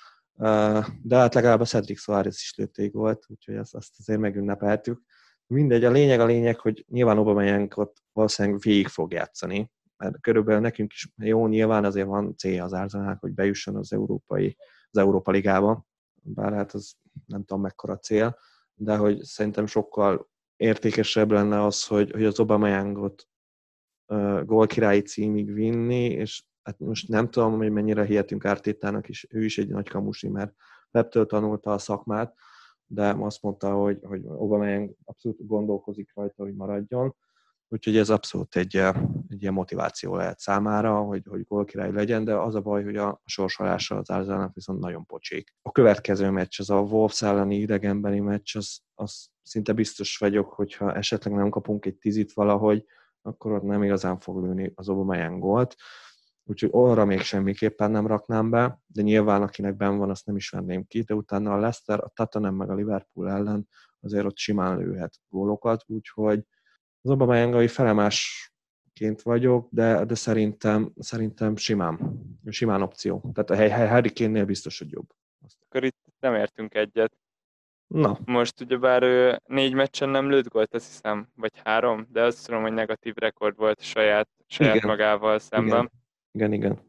de hát legalább a Cedric Soares is lőtt egy gólt, úgyhogy azt azért megünnepeltük. Mindegy, a lényeg, hogy nyilván Aubameyangot valószínűleg végig fog játszani, mert körülbelül nekünk is jó, nyilván azért van célja az Arsenalnak, hogy bejusson az Európa Ligába, bár hát az nem tudom mekkora cél, de hogy szerintem sokkal értékesebb lenne az, hogy az Aubameyangot gólkirályi címig vinni, és hát most nem tudom, hogy mennyire hihetünk Artétának is, ő is egy nagy kamusi, mert Peptől tanulta a szakmát, de azt mondta, hogy Aubameyang abszolút gondolkozik rajta, hogy maradjon, úgyhogy ez abszolút egy ilyen motiváció lehet számára, hogy gólkirály legyen, de az a baj, hogy a sorsolása az Arsenalnak viszont nagyon pocsék. A következő meccs, az a Wolves elleni idegenbeli meccs, az szinte biztos vagyok, hogyha esetleg nem kapunk egy 10-it valahogy, akkor ott nem igazán fog lőni az Aubameyang gólt. Úgyhogy arra még semmiképpen nem raknám be, de nyilván akinek benn van, azt nem is venném ki, de utána a Leicester, a Tottenham meg a Liverpool ellen azért ott simán lőhet gólokat, úgyhogy az Aubameyangai felemásként vagyok, de szerintem simán opció. Tehát a Harry Kane-nél biztos, hogy jobb. Akkor itt nem értünk egyet. Na. Most ugyebár ő 4 meccsen nem lőtt gólt, azt hiszem, vagy 3, de azt tudom, hogy negatív rekord volt saját Igen. magával szemben. Igen.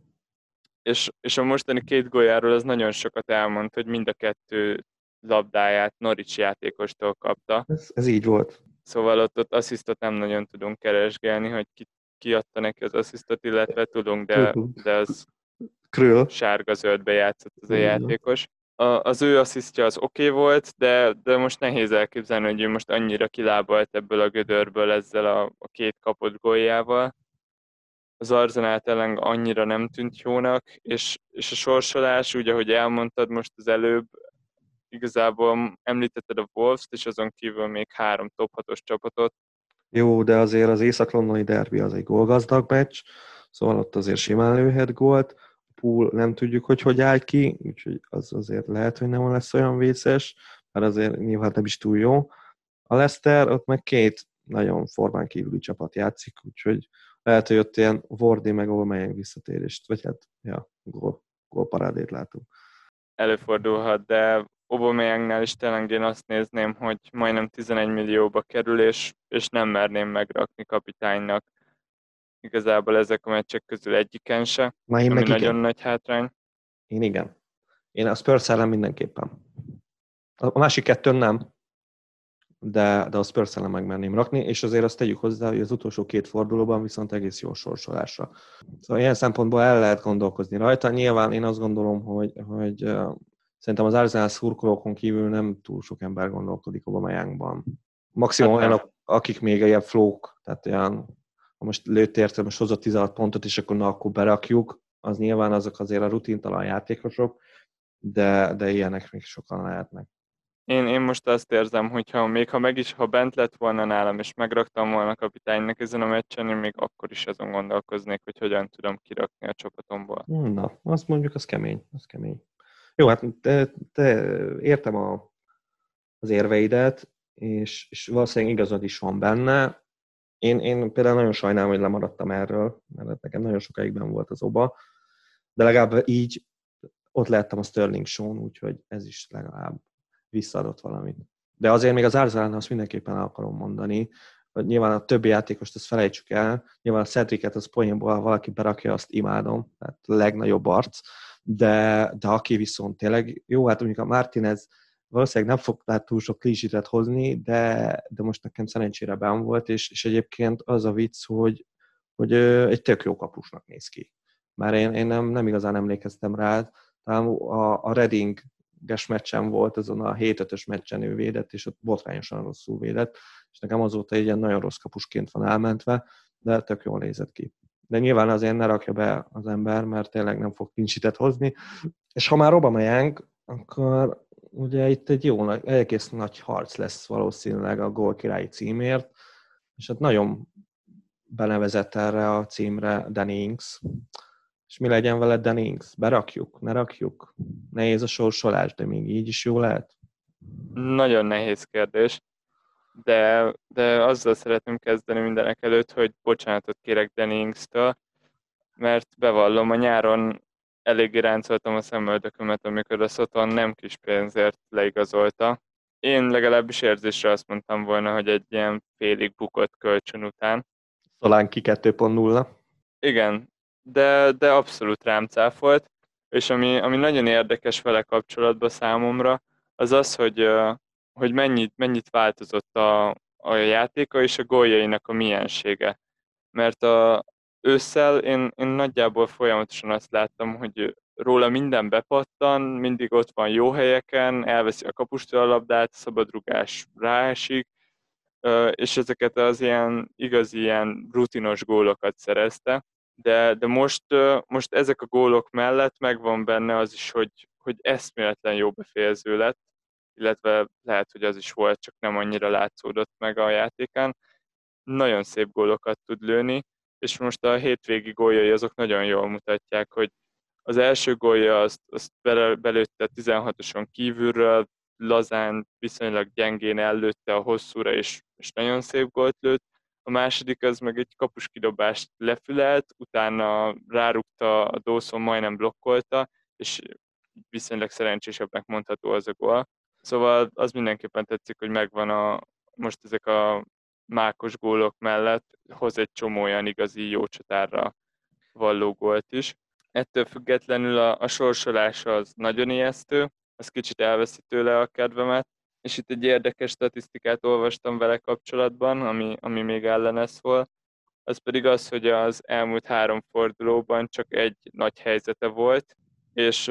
És a mostani 2 góljáról az nagyon sokat elmond, hogy mind a 2 labdáját Norwich játékostól kapta. Ez így volt. Szóval ott asszisztot nem nagyon tudunk keresgélni, hogy ki adta neki az asszisztot, illetve tudunk, de az sárga-zöldbe játszott az a játékos. Az ő asszisztja az oké volt, de most nehéz elképzelni, hogy ő most annyira kilábalt ebből a gödörből ezzel a 2 kapott góljával. Az Arsenal ellen annyira nem tűnt jónak, és a sorsolás, úgy ahogy elmondtad most az előbb, igazából említetted a Wolves-t, és azon kívül még 3 top 6-os csapatot. Jó, de azért az észak-londoni derbi az egy gólgazdag meccs, szóval ott azért simán lőhet gólt. A pool nem tudjuk, hogy áll ki, úgyhogy az azért lehet, hogy nem lesz olyan vészes, mert azért nyilván nem is túl jó. A Leicester, ott meg 2 nagyon formán kívüli csapat játszik, úgyhogy lehet, hogy ott ilyen Wardy meg Aubameyang visszatérést, vagy hát, ja, gól gólparádét látunk. Előfordulhat, de Aubameyangnál is tényleg én azt nézném, hogy majdnem 11 millióba kerül, és nem merném megrakni kapitánynak igazából ezek a meccsek közül egyiken se, Már én ami meg nagyon igen. nagy hátrány. Én igen. Én a Spurs ellen mindenképpen. A másik kettőn nem, de a Spurs ellen megmerném rakni, és azért azt tegyük hozzá, hogy az utolsó 2 fordulóban viszont egész jó sorsolásra. Szóval ilyen szempontból el lehet gondolkozni rajta. Nyilván én azt gondolom, hogy szerintem az Arsenal szurkolókon kívül nem túl sok ember gondolkodik Aubameyankban. Maximum Hát nem. olyanok, akik még ilyen flók, tehát olyan, ha most lőttértől most hozott 16 pontot, és akkor akkor berakjuk, az nyilván azok azért a rutintalan játékosok, de ilyenek még sokan lehetnek. Én most azt érzem, hogy ha bent lett volna nálam, és megraktam volna kapitánynak ezen a meccsen, én még akkor is azon gondolkoznék, hogy hogyan tudom kirakni a csapatomból. Na, azt mondjuk, az kemény, az kemény. Jó, hát te értem az érveidet, és valószínűleg igazad is van benne. Én például nagyon sajnálom, hogy lemaradtam erről, mert nekem nagyon sokáig benn volt az oba, de legalább így ott lehettem a Sterling Show-n, úgyhogy ez is legalább visszaadott valamit. De azért még az Arsenalnál azt mindenképpen el akarom mondani, hogy nyilván a többi játékost azt felejtsük el, nyilván a Cedricet az poénból, ha valaki berakja, azt imádom, tehát a legnagyobb arc, de aki viszont tényleg jó, hát mondjuk a Martinez valószínűleg nem fog tehát túl sok clean hozni, de most nekem szerencsére benn volt, és egyébként az a vicc, hogy egy tök jó kapusnak néz ki. Már én nem igazán emlékeztem rá, talán a Reading-es meccsen volt, azon a 7-5-ös meccsen ő védett, és ott botrányosan rosszul védett, és nekem azóta egy ilyen nagyon rossz kapusként van elmentve, de tök jól nézett ki. De nyilván azért ne rakja be az ember, mert tényleg nem fog clean hozni. És ha már Aubameyang, akkor ugye itt egy jó, egész nagy harc lesz valószínűleg a gólkirályi címért, és hát nagyon benevezett erre a címre Danny Ings. És mi legyen vele Danny Ings? Berakjuk? Ne rakjuk? Nehéz a sorsolás, de még így is jó lehet? Nagyon nehéz kérdés, de azzal szeretném kezdeni mindenek előtt, hogy bocsánatot kérek Danny Ings-től, mert bevallom, a nyáron eléggé ráncoltam a szemöldökömet, amikor a Soton nem kis pénzért leigazolta. Én legalábbis érzésre azt mondtam volna, hogy egy ilyen félig bukott kölcsön után. Szolánki 2.0. Igen, de abszolút rám cáfolt, és ami nagyon érdekes vele kapcsolatban számomra, az az, hogy mennyit változott a játéka és a góljainak a miensége. Mert ősszel én nagyjából folyamatosan azt láttam, hogy róla minden bepattan, mindig ott van jó helyeken, elveszi a kapustól a labdát, szabadrugás ráesik, és ezeket az igazi ilyen rutinos gólokat szerezte. De most ezek a gólok mellett megvan benne az is, hogy eszméletlen jó befejező lett, illetve lehet, hogy az is volt, csak nem annyira látszódott meg a játékán. Nagyon szép gólokat tud lőni, és most a hétvégi góljai azok nagyon jól mutatják, hogy az első gólja azt belőtte 16-oson kívülről, lazán, viszonylag gyengén ellőtte a hosszúra, és nagyon szép gólt lőtt. A második az meg egy kapuskidobást lefülelt, utána rárúgta a Dawson, majdnem blokkolta, és viszonylag szerencsésebbnek mondható az a gól. Szóval az mindenképpen tetszik, hogy megvan most ezek a mákos gólok mellett, hoz egy csomó olyan igazi jó csatárra valló gólt is. Ettől függetlenül a sorsolása az nagyon ijesztő, az kicsit elveszi tőle a kedvemet, és itt egy érdekes statisztikát olvastam vele kapcsolatban, ami még ellene szól, az pedig az, hogy az elmúlt 3 fordulóban csak egy nagy helyzete volt, és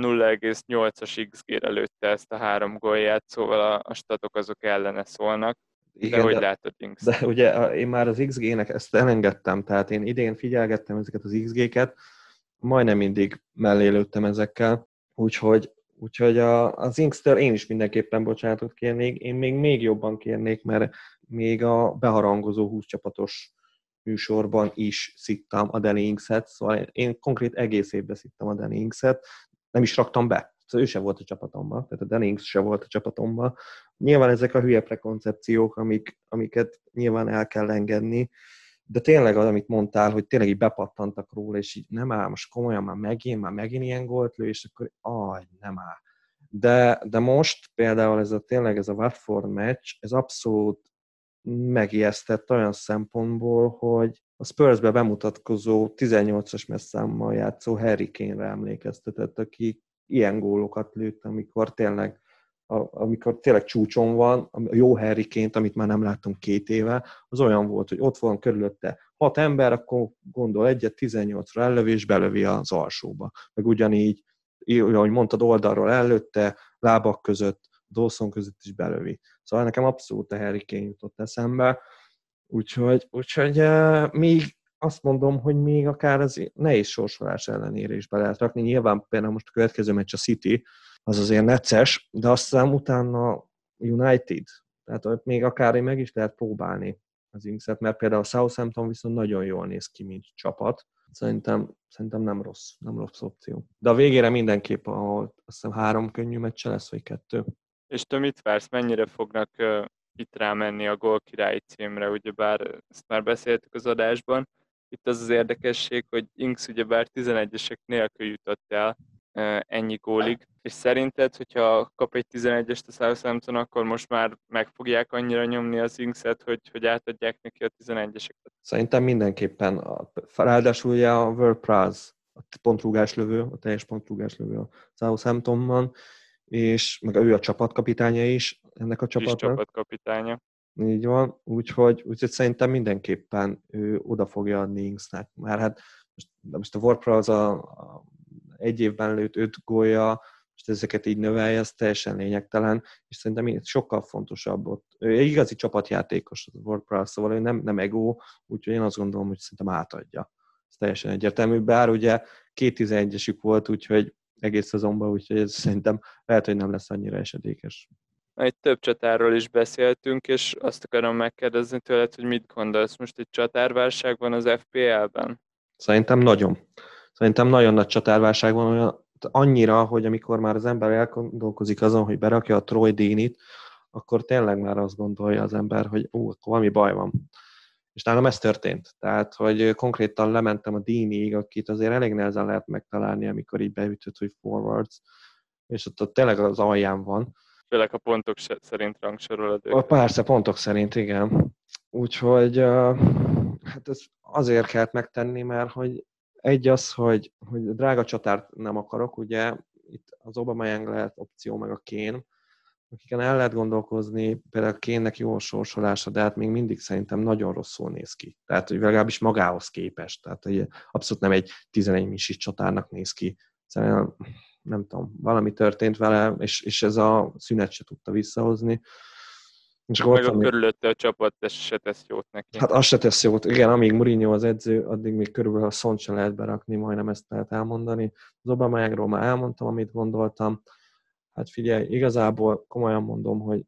0,8-as XG-re lőtte ezt a 3 gólját, szóval a statok azok ellene szólnak. Igen, hogy látod, Inks? de ugye én már az XG-nek ezt elengedtem, tehát én idén figyelgettem ezeket az XG-ket, majdnem mindig mellé lőttem ezekkel, úgyhogy az Inkster én is mindenképpen bocsánatot kérnék, én még jobban kérnék, mert még a beharangozó 20 csapatos műsorban is szittam a Danny Inkset, szóval én konkrét egész évben szittam a Danny Inkset, nem is raktam be, szóval ő sem volt a csapatomban, tehát a Danny Ings sem volt a csapatomban. Nyilván ezek a hülye prekoncepciók, amiket nyilván el kell engedni, de tényleg az, amit mondtál, hogy tényleg így bepattantak róla, és így nem áll, most komolyan már megint ilyen gólt lő, és akkor nem áll. De most például tényleg ez a Watford meccs, ez abszolút megijesztett olyan szempontból, hogy a Spursbe bemutatkozó 18-as messzámmal játszó Harry Kane-re emlékeztetett, aki ilyen gólokat lőtt, amikor tényleg csúcson van, a jó Harry Kane-t, amit már nem láttunk 2 éve, az olyan volt, hogy ott van körülötte 6 ember, akkor gondol egyet, 18-ra ellövi, és belövi az alsóba. Meg ugyanígy, ahogy mondtad, oldalról előtte, lábak között, Dawson között is belövi. Szóval nekem abszolút a Harry Kane jutott eszembe, úgyhogy még azt mondom, hogy még akár az nehéz sorsolás ellenére is be lehet rakni. Nyilván például most a következő meccs a City, az azért necces, de aztán utána United, tehát ott még akár meg is lehet próbálni az Inkset, mert például a Southampton viszont nagyon jól néz ki, mint csapat. Szerintem nem rossz opció. De a végére mindenképp, azt hiszem 3 könnyű meccse lesz, vagy 2. És te mit vársz, mennyire fognak itt rámenni a gólkirályi címre, ugyebár ezt már beszéltük az adásban. Itt az érdekesség, hogy Inks ugyebár 11-esek nélkül jutott el ennyi gólig, és szerinted, hogyha kap egy 11-est a Southampton, akkor most már meg fogják annyira nyomni az Inkset, hogy átadják neki a 11-eseket? Szerintem mindenképpen. Ráadásul ugye a World Prize, a pontrúgáslövő, a teljes pontrúgáslövő a Southamptonban, és meg ő a csapatkapitánya is ennek a csapatnak. Is csapatkapitánya. Így van, úgyhogy szerintem mindenképpen ő oda fogja adni Inksnek. Már hát most a World Prize egy évben lőtt 5 gólja, most ezeket így növelje, ez teljesen lényegtelen, és szerintem sokkal fontosabb ott. Ő igazi csapatjátékos, az World Prize, szóval ő nem ego, úgyhogy én azt gondolom, hogy szerintem átadja. Ez teljesen egyértelmű, bár ugye 2-11-esük volt, úgyhogy egész szezonban, úgyhogy ez szerintem lehet, hogy nem lesz annyira esedékes. Egy több csatárról is beszéltünk, és azt akarom megkérdezni tőled, hogy mit gondolsz, most egy csatárválság van az FPL-ben? Szerintem nagyon nagy csatárválság van, olyan, annyira, hogy amikor már az ember elgondolkozik azon, hogy berakja a Troy Deeney-t, akkor tényleg már azt gondolja az ember, hogy akkor valami baj van. És nálam ez történt. Tehát, hogy konkrétan lementem a Deeney-ig, akit azért elég nehezen lehet megtalálni, amikor így beütött, hogy forwards, és ott tényleg az alján van. Főleg a pontok szerint rangsorolod őket. Persze, pontok szerint, igen. Úgyhogy hát ez azért kellett megtenni, mert hogy egy az, hogy drága csatárt nem akarok, ugye itt az Aubameyang lehet opció, meg a Kane, akiken el lehet gondolkozni, például a Kane-nek jó a sorsolása, de hát még mindig szerintem nagyon rosszul néz ki. Tehát, hogy legalábbis magához képest. Tehát, hogy abszolút nem egy 11 misis csatárnak néz ki. Szerintem, nem tudom, valami történt vele, és ez a szünet se tudta visszahozni. És meg a körülötte a csapat se tesz jót neki. Hát az se tesz jót. Igen, amíg Mourinho az edző, addig még körülbelül a Szont se lehet berakni, majdnem ezt lehet elmondani. Az Aubameyangról már elmondtam, amit gondoltam. Hát figyelj, igazából komolyan mondom, hogy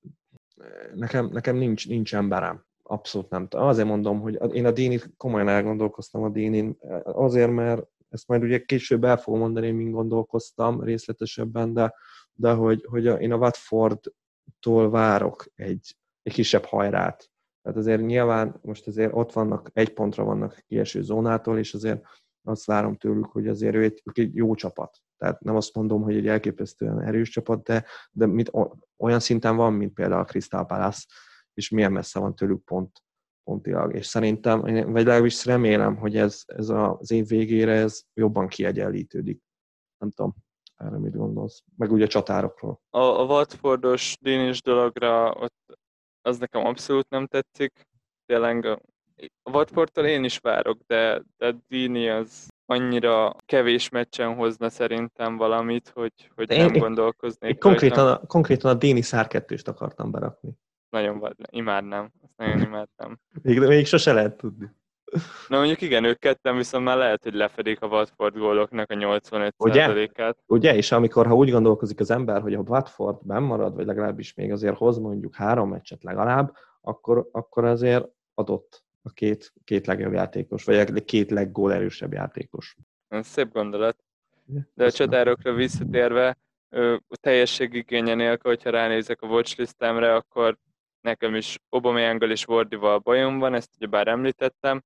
nekem nincs emberem. Abszolút nem. Azért mondom, hogy én a Deeney-t komolyan elgondolkoztam a Deeney-n, azért, mert ezt majd ugye később el fogom mondani, hogy mind gondolkoztam részletesebben, de hogy én a Watfordtól várok egy kisebb hajrát. Tehát azért nyilván most azért ott vannak, 1 pontra vannak a kieső zónától, és azért azt várom tőlük, hogy azért ők egy jó csapat. Tehát nem azt mondom, hogy egy elképesztően erős csapat, de olyan szinten van, mint például a Crystal Palace, és milyen messze van tőlük pontilag. És szerintem, vagy legalábbis remélem, hogy ez az év végére ez jobban kiegyenlítődik. Nem tudom, erre mit gondolsz? Meg ugye a csatárokról. A Watfordos Deeney-s dologra ott az nekem abszolút nem tetszik. Tényleg a Watfordtól én is várok, de Deeney az annyira kevés meccsen hozna szerintem valamit, hogy nem gondolkoznék konkrétan a Deeney szár 2-st akartam berakni. Nagyon imádnám. Azt nagyon imádnám. Még sose lehet tudni. Na mondjuk igen, ők ketten viszont már lehet, hogy lefedik a Watford góloknak a 85%-át. Ugye? És amikor, ha úgy gondolkozik az ember, hogy a Watford benn marad, vagy legalábbis még azért hoz mondjuk 3 meccset legalább, akkor azért adott a két legjobb játékos, vagy a 2 leggólerősebb játékos. Ez szép gondolat. De a csatárokra visszatérve, a teljességigénye nélkül, hogyha ránézek a watchlistemre, akkor nekem is Aubameyanggal és Wardyval bajom van, ezt ugyebár említettem,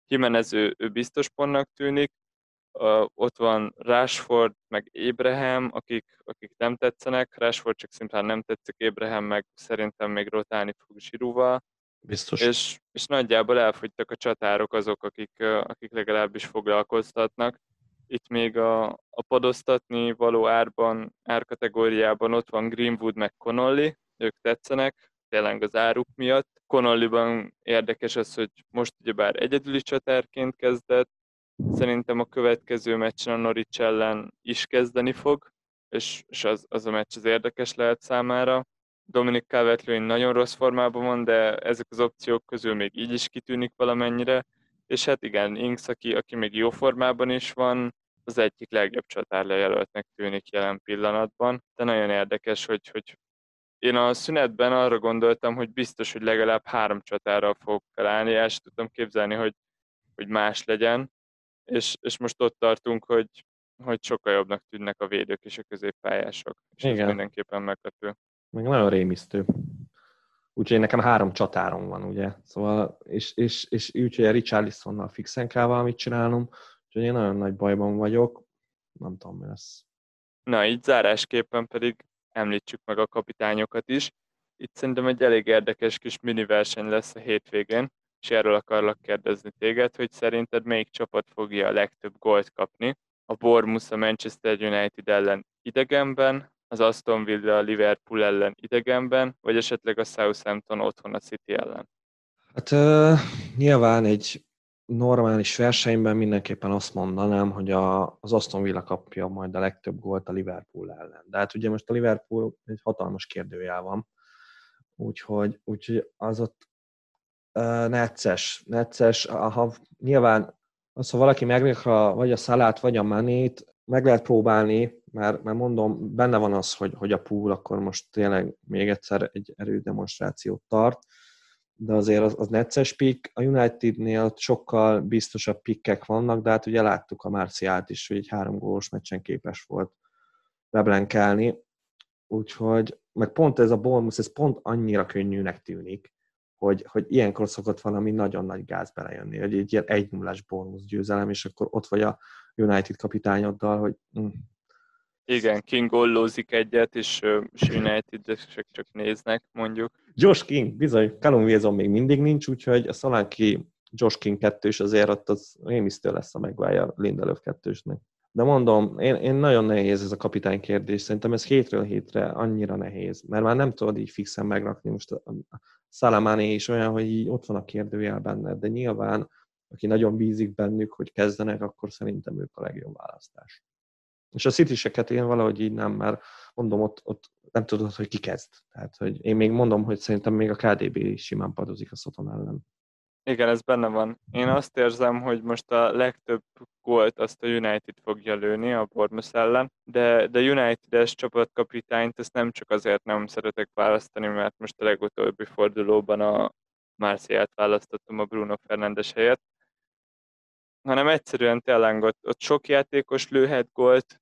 Jimenez ő biztos pontnak tűnik, ott van Rashford, meg Abraham, akik nem tetszenek. Rashford csak szimplán nem tetszik, Abraham meg szerintem még rotálni fog Giroudval. Biztos. És nagyjából elfogytak a csatárok azok, akik legalábbis foglalkoztatnak. Itt még a padoztatni való árkategóriában ott van Greenwood meg Connolly, ők tetszenek, tényleg az áruk miatt. Connollyban érdekes az, hogy most ugyebár egyedüli csatárként kezdett, szerintem a következő meccsen a Norwich ellen is kezdeni fog, és az a meccs az érdekes lehet számára. Dominic Calvert-Lewin nagyon rossz formában van, de ezek az opciók közül még így is kitűnik valamennyire. És hát igen, Ings, aki még jó formában is van, az egyik legjobb csatárlejelöltnek tűnik jelen pillanatban. De nagyon érdekes, hogy én a szünetben arra gondoltam, hogy biztos, hogy legalább 3 csatárral fogok felállni, el sem tudtam képzelni, hogy más legyen, és most ott tartunk, hogy sokkal jobbnak tűnnek a védők és a középpályások, és ez Igen, mindenképpen meglepő. meg nagyon rémisztő. Úgyhogy nekem 3 csatárom van, ugye. Szóval, és úgyhogy a Richarlisonnal fixen kell valamit csinálnom, úgyhogy én nagyon nagy bajban vagyok. Nem tudom, mi lesz. Na, így zárásképpen pedig említsük meg a kapitányokat is. Itt szerintem egy elég érdekes kis mini verseny lesz a hétvégén, és erről akarlak kérdezni téged, hogy szerinted melyik csapat fogja a legtöbb gólt kapni. A Bournemouth a Manchester United ellen idegenben, az Aston Villa a Liverpool ellen idegenben, vagy esetleg a Southampton otthon a City ellen. Hát nyilván egy normális versenyben mindenképpen azt mondanám, hogy az Aston Villa kapja majd a legtöbb gólt a Liverpool ellen. De hát ugye most a Liverpool egy hatalmas kérdőjel van, úgyhogy az ott necces. Ha nyilván az, ha valaki megrakja vagy a Salát, vagy a Manét, meg lehet próbálni, mert mondom, benne van az, hogy a pool akkor most tényleg még egyszer egy erődemonstrációt tart, de azért az necces pick. A Unitednél sokkal biztosabb pikkek vannak, de hát ugye láttuk a Marcialt is, hogy egy 3 gólos meccsen képes volt beblenkelni, úgyhogy meg pont ez a Bournemouth, ez pont annyira könnyűnek tűnik, hogy ilyenkor szokott valami nagyon nagy gáz belejönni, hogy egy ilyen 1-0-as Bournemouth győzelem, és akkor ott vagy a United kapitányoddal, hogy Igen, King gollózik egyet, és United-esek csak néznek, mondjuk. Josh King, bizony, Callum Wilson még mindig nincs, úgyhogy a Solanke Josh King 2-s azért ott az rémisztő lesz a Maguire Lindelöf 2-snek. De mondom, én nagyon nehéz ez a kapitány kérdés, szerintem ez hétről hétre annyira nehéz, mert már nem tudod így fixen megrakni. Most a Salamani is olyan, hogy így ott van a kérdőjel benned, de nyilván, aki nagyon bízik bennük, hogy kezdenek, akkor szerintem ők a legjobb választás. És a City-seket én valahogy így nem, mert mondom, ott nem tudod, hogy ki kezd. Tehát, hogy én még mondom, hogy szerintem még a KDB is simán padozik a Soton ellen. Igen, ez benne van. Én azt érzem, hogy most a legtöbb gólt azt a United fogja lőni a Bournemouth ellen, de United-es csapatkapitányt ezt nem csak azért nem szeretek választani, mert most a legutóbbi fordulóban a Marcialt választottam a Bruno Fernandes helyett, hanem egyszerűen tényleg ott sok játékos lőhet gólt,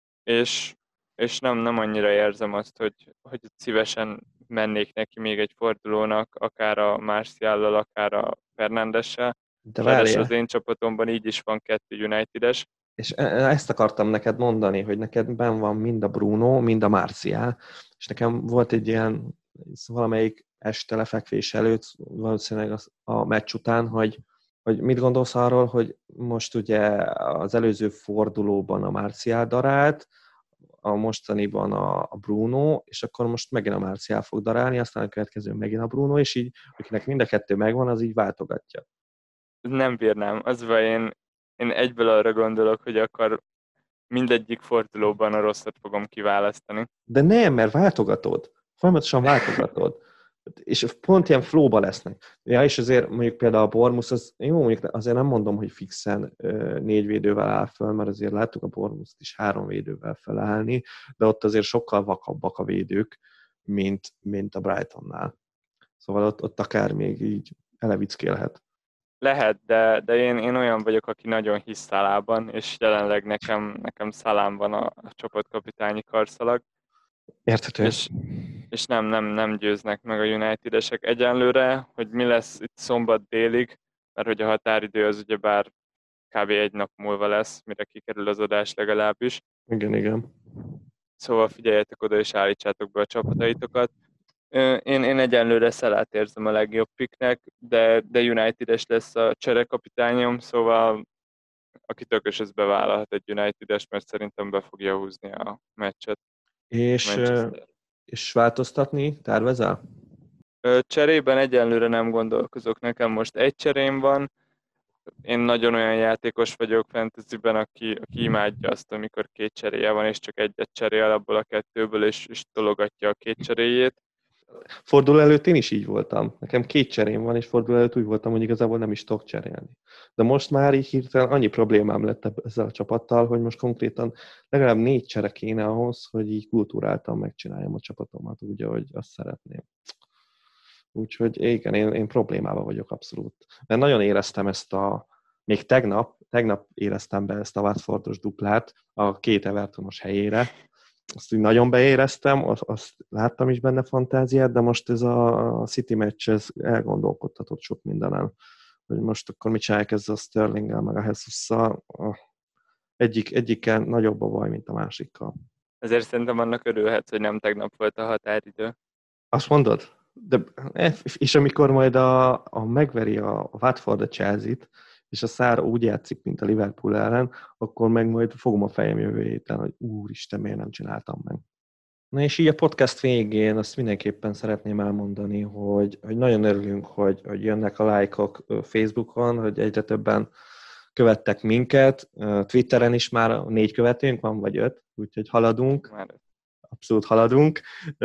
és nem annyira érzem azt, hogy szívesen mennék neki még egy fordulónak, akár a Marciallal, akár a Fernandessel. De Ráadásul várjál, az én csapatomban így is van 2 United-es. és ezt akartam neked mondani, hogy neked benn van mind a Bruno, mind a Martial, és nekem volt egy ilyen valamelyik este lefekvés előtt, valószínűleg a meccs után, hogy mit gondolsz arról, hogy most ugye az előző fordulóban a Martial darált, a mostaniban a Bruno, és akkor most megint a Martial fog darálni, aztán a következő megint a Bruno, és így, akinek mind a kettő megvan, az így váltogatja. Nem bírnám. Az baj, én egyből arra gondolok, hogy akkor mindegyik fordulóban a rosszat fogom kiválasztani. De nem, mert váltogatod. Folyamatosan váltogatod. És pont ilyen flowba lesznek. Ja, és azért mondjuk például a Bournemouth, az, jó, mondjuk azért nem mondom, hogy fixen 4 védővel áll föl, mert azért láttuk a Bournemouth-t is 3 védővel felállni, de ott azért sokkal vakabbak a védők, mint a Brightonnál. Szóval ott akár még így elevickélhet. Lehet, de én olyan vagyok, aki nagyon hisz Szalában, és jelenleg nekem Szalám van a csapatkapitányi karszalag, Érthető? és nem győznek meg a United-esek egyenlőre, hogy mi lesz itt szombat délig, mert hogy a határidő az ugyebár kb. Egy nap múlva lesz, mire kikerül az adás legalábbis. Igen. Szóval figyeljetek oda és állítsátok be a csapataitokat. Én egyenlőre Salát érzem a legjobb picknek, de United-es lesz a cserekapitányom, szóval aki tökös, az bevállalhat egy United-es, mert szerintem be fogja húzni a meccset. És változtatni tervezel? Cserében egyenlőre nem gondolkozok, nekem most egy cserém van. Én nagyon olyan játékos vagyok fantasyben, aki imádja azt, amikor két cseréje van, és csak egyet cserél abból a kettőből, és tologatja a két cseréjét. Forduló előtt én is így voltam. Nekem 2 cserém van, és forduló előtt úgy voltam, hogy igazából nem is tudok cserélni. De most már így hirtelen annyi problémám lett ezzel a csapattal, hogy most konkrétan legalább 4 csere kéne ahhoz, hogy így kultúráltan megcsináljam a csapatomat úgy, ahogy azt szeretném. Úgyhogy igen, én problémában vagyok abszolút. Mert nagyon éreztem még tegnap éreztem be ezt a Watfordos duplát a 2 Evertonos helyére. Azt úgy nagyon beéreztem, azt láttam is benne fantáziát, de most ez a City meccs, ez elgondolkodtatott sok mindenen. Hogy most akkor mit csinálják ezzel a Sterlinggel, meg a Jesus-szal. Egyikkel nagyobb a baj, mint a másikkal. Ezért szerintem annak örülhetsz, hogy nem tegnap volt a határidő. Azt mondod? És amikor majd megveri a Watford a Chelsea-t, és a Szár úgy játszik, mint a Liverpool ellen, akkor meg majd fogom a fejem jövő héten, hogy úristen, miért nem csináltam meg. Na és így a podcast végén azt mindenképpen szeretném elmondani, hogy nagyon örülünk, hogy jönnek a lájkok Facebookon, hogy egyre többen követtek minket, Twitteren is már 4 követőnk van, vagy 5, úgyhogy haladunk. Abszolút haladunk,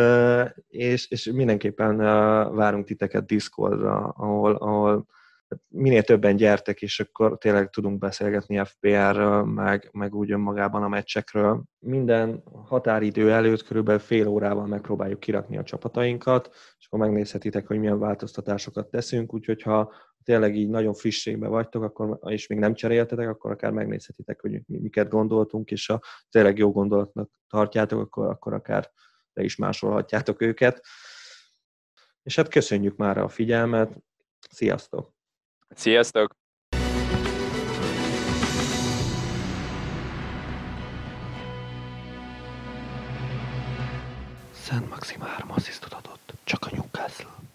és mindenképpen várunk titeket Discordra, ahol minél többen gyertek, és akkor tényleg tudunk beszélgetni FPL-ről, meg úgy önmagában a meccsekről. Minden határidő előtt körülbelül fél órával megpróbáljuk kirakni a csapatainkat, és akkor megnézhetitek, hogy milyen változtatásokat teszünk, úgyhogy ha tényleg így nagyon frissségben vagytok, akkor, és még nem cseréltetek, akkor akár megnézhetitek, hogy miket gondoltunk, és ha tényleg jó gondolatnak tartjátok, akkor akár le is másolhatjátok őket. És hát köszönjük már a figyelmet, sziasztok! Sziasztok! Szent Maxim 3 asszisztot adott, csak a Newcastle.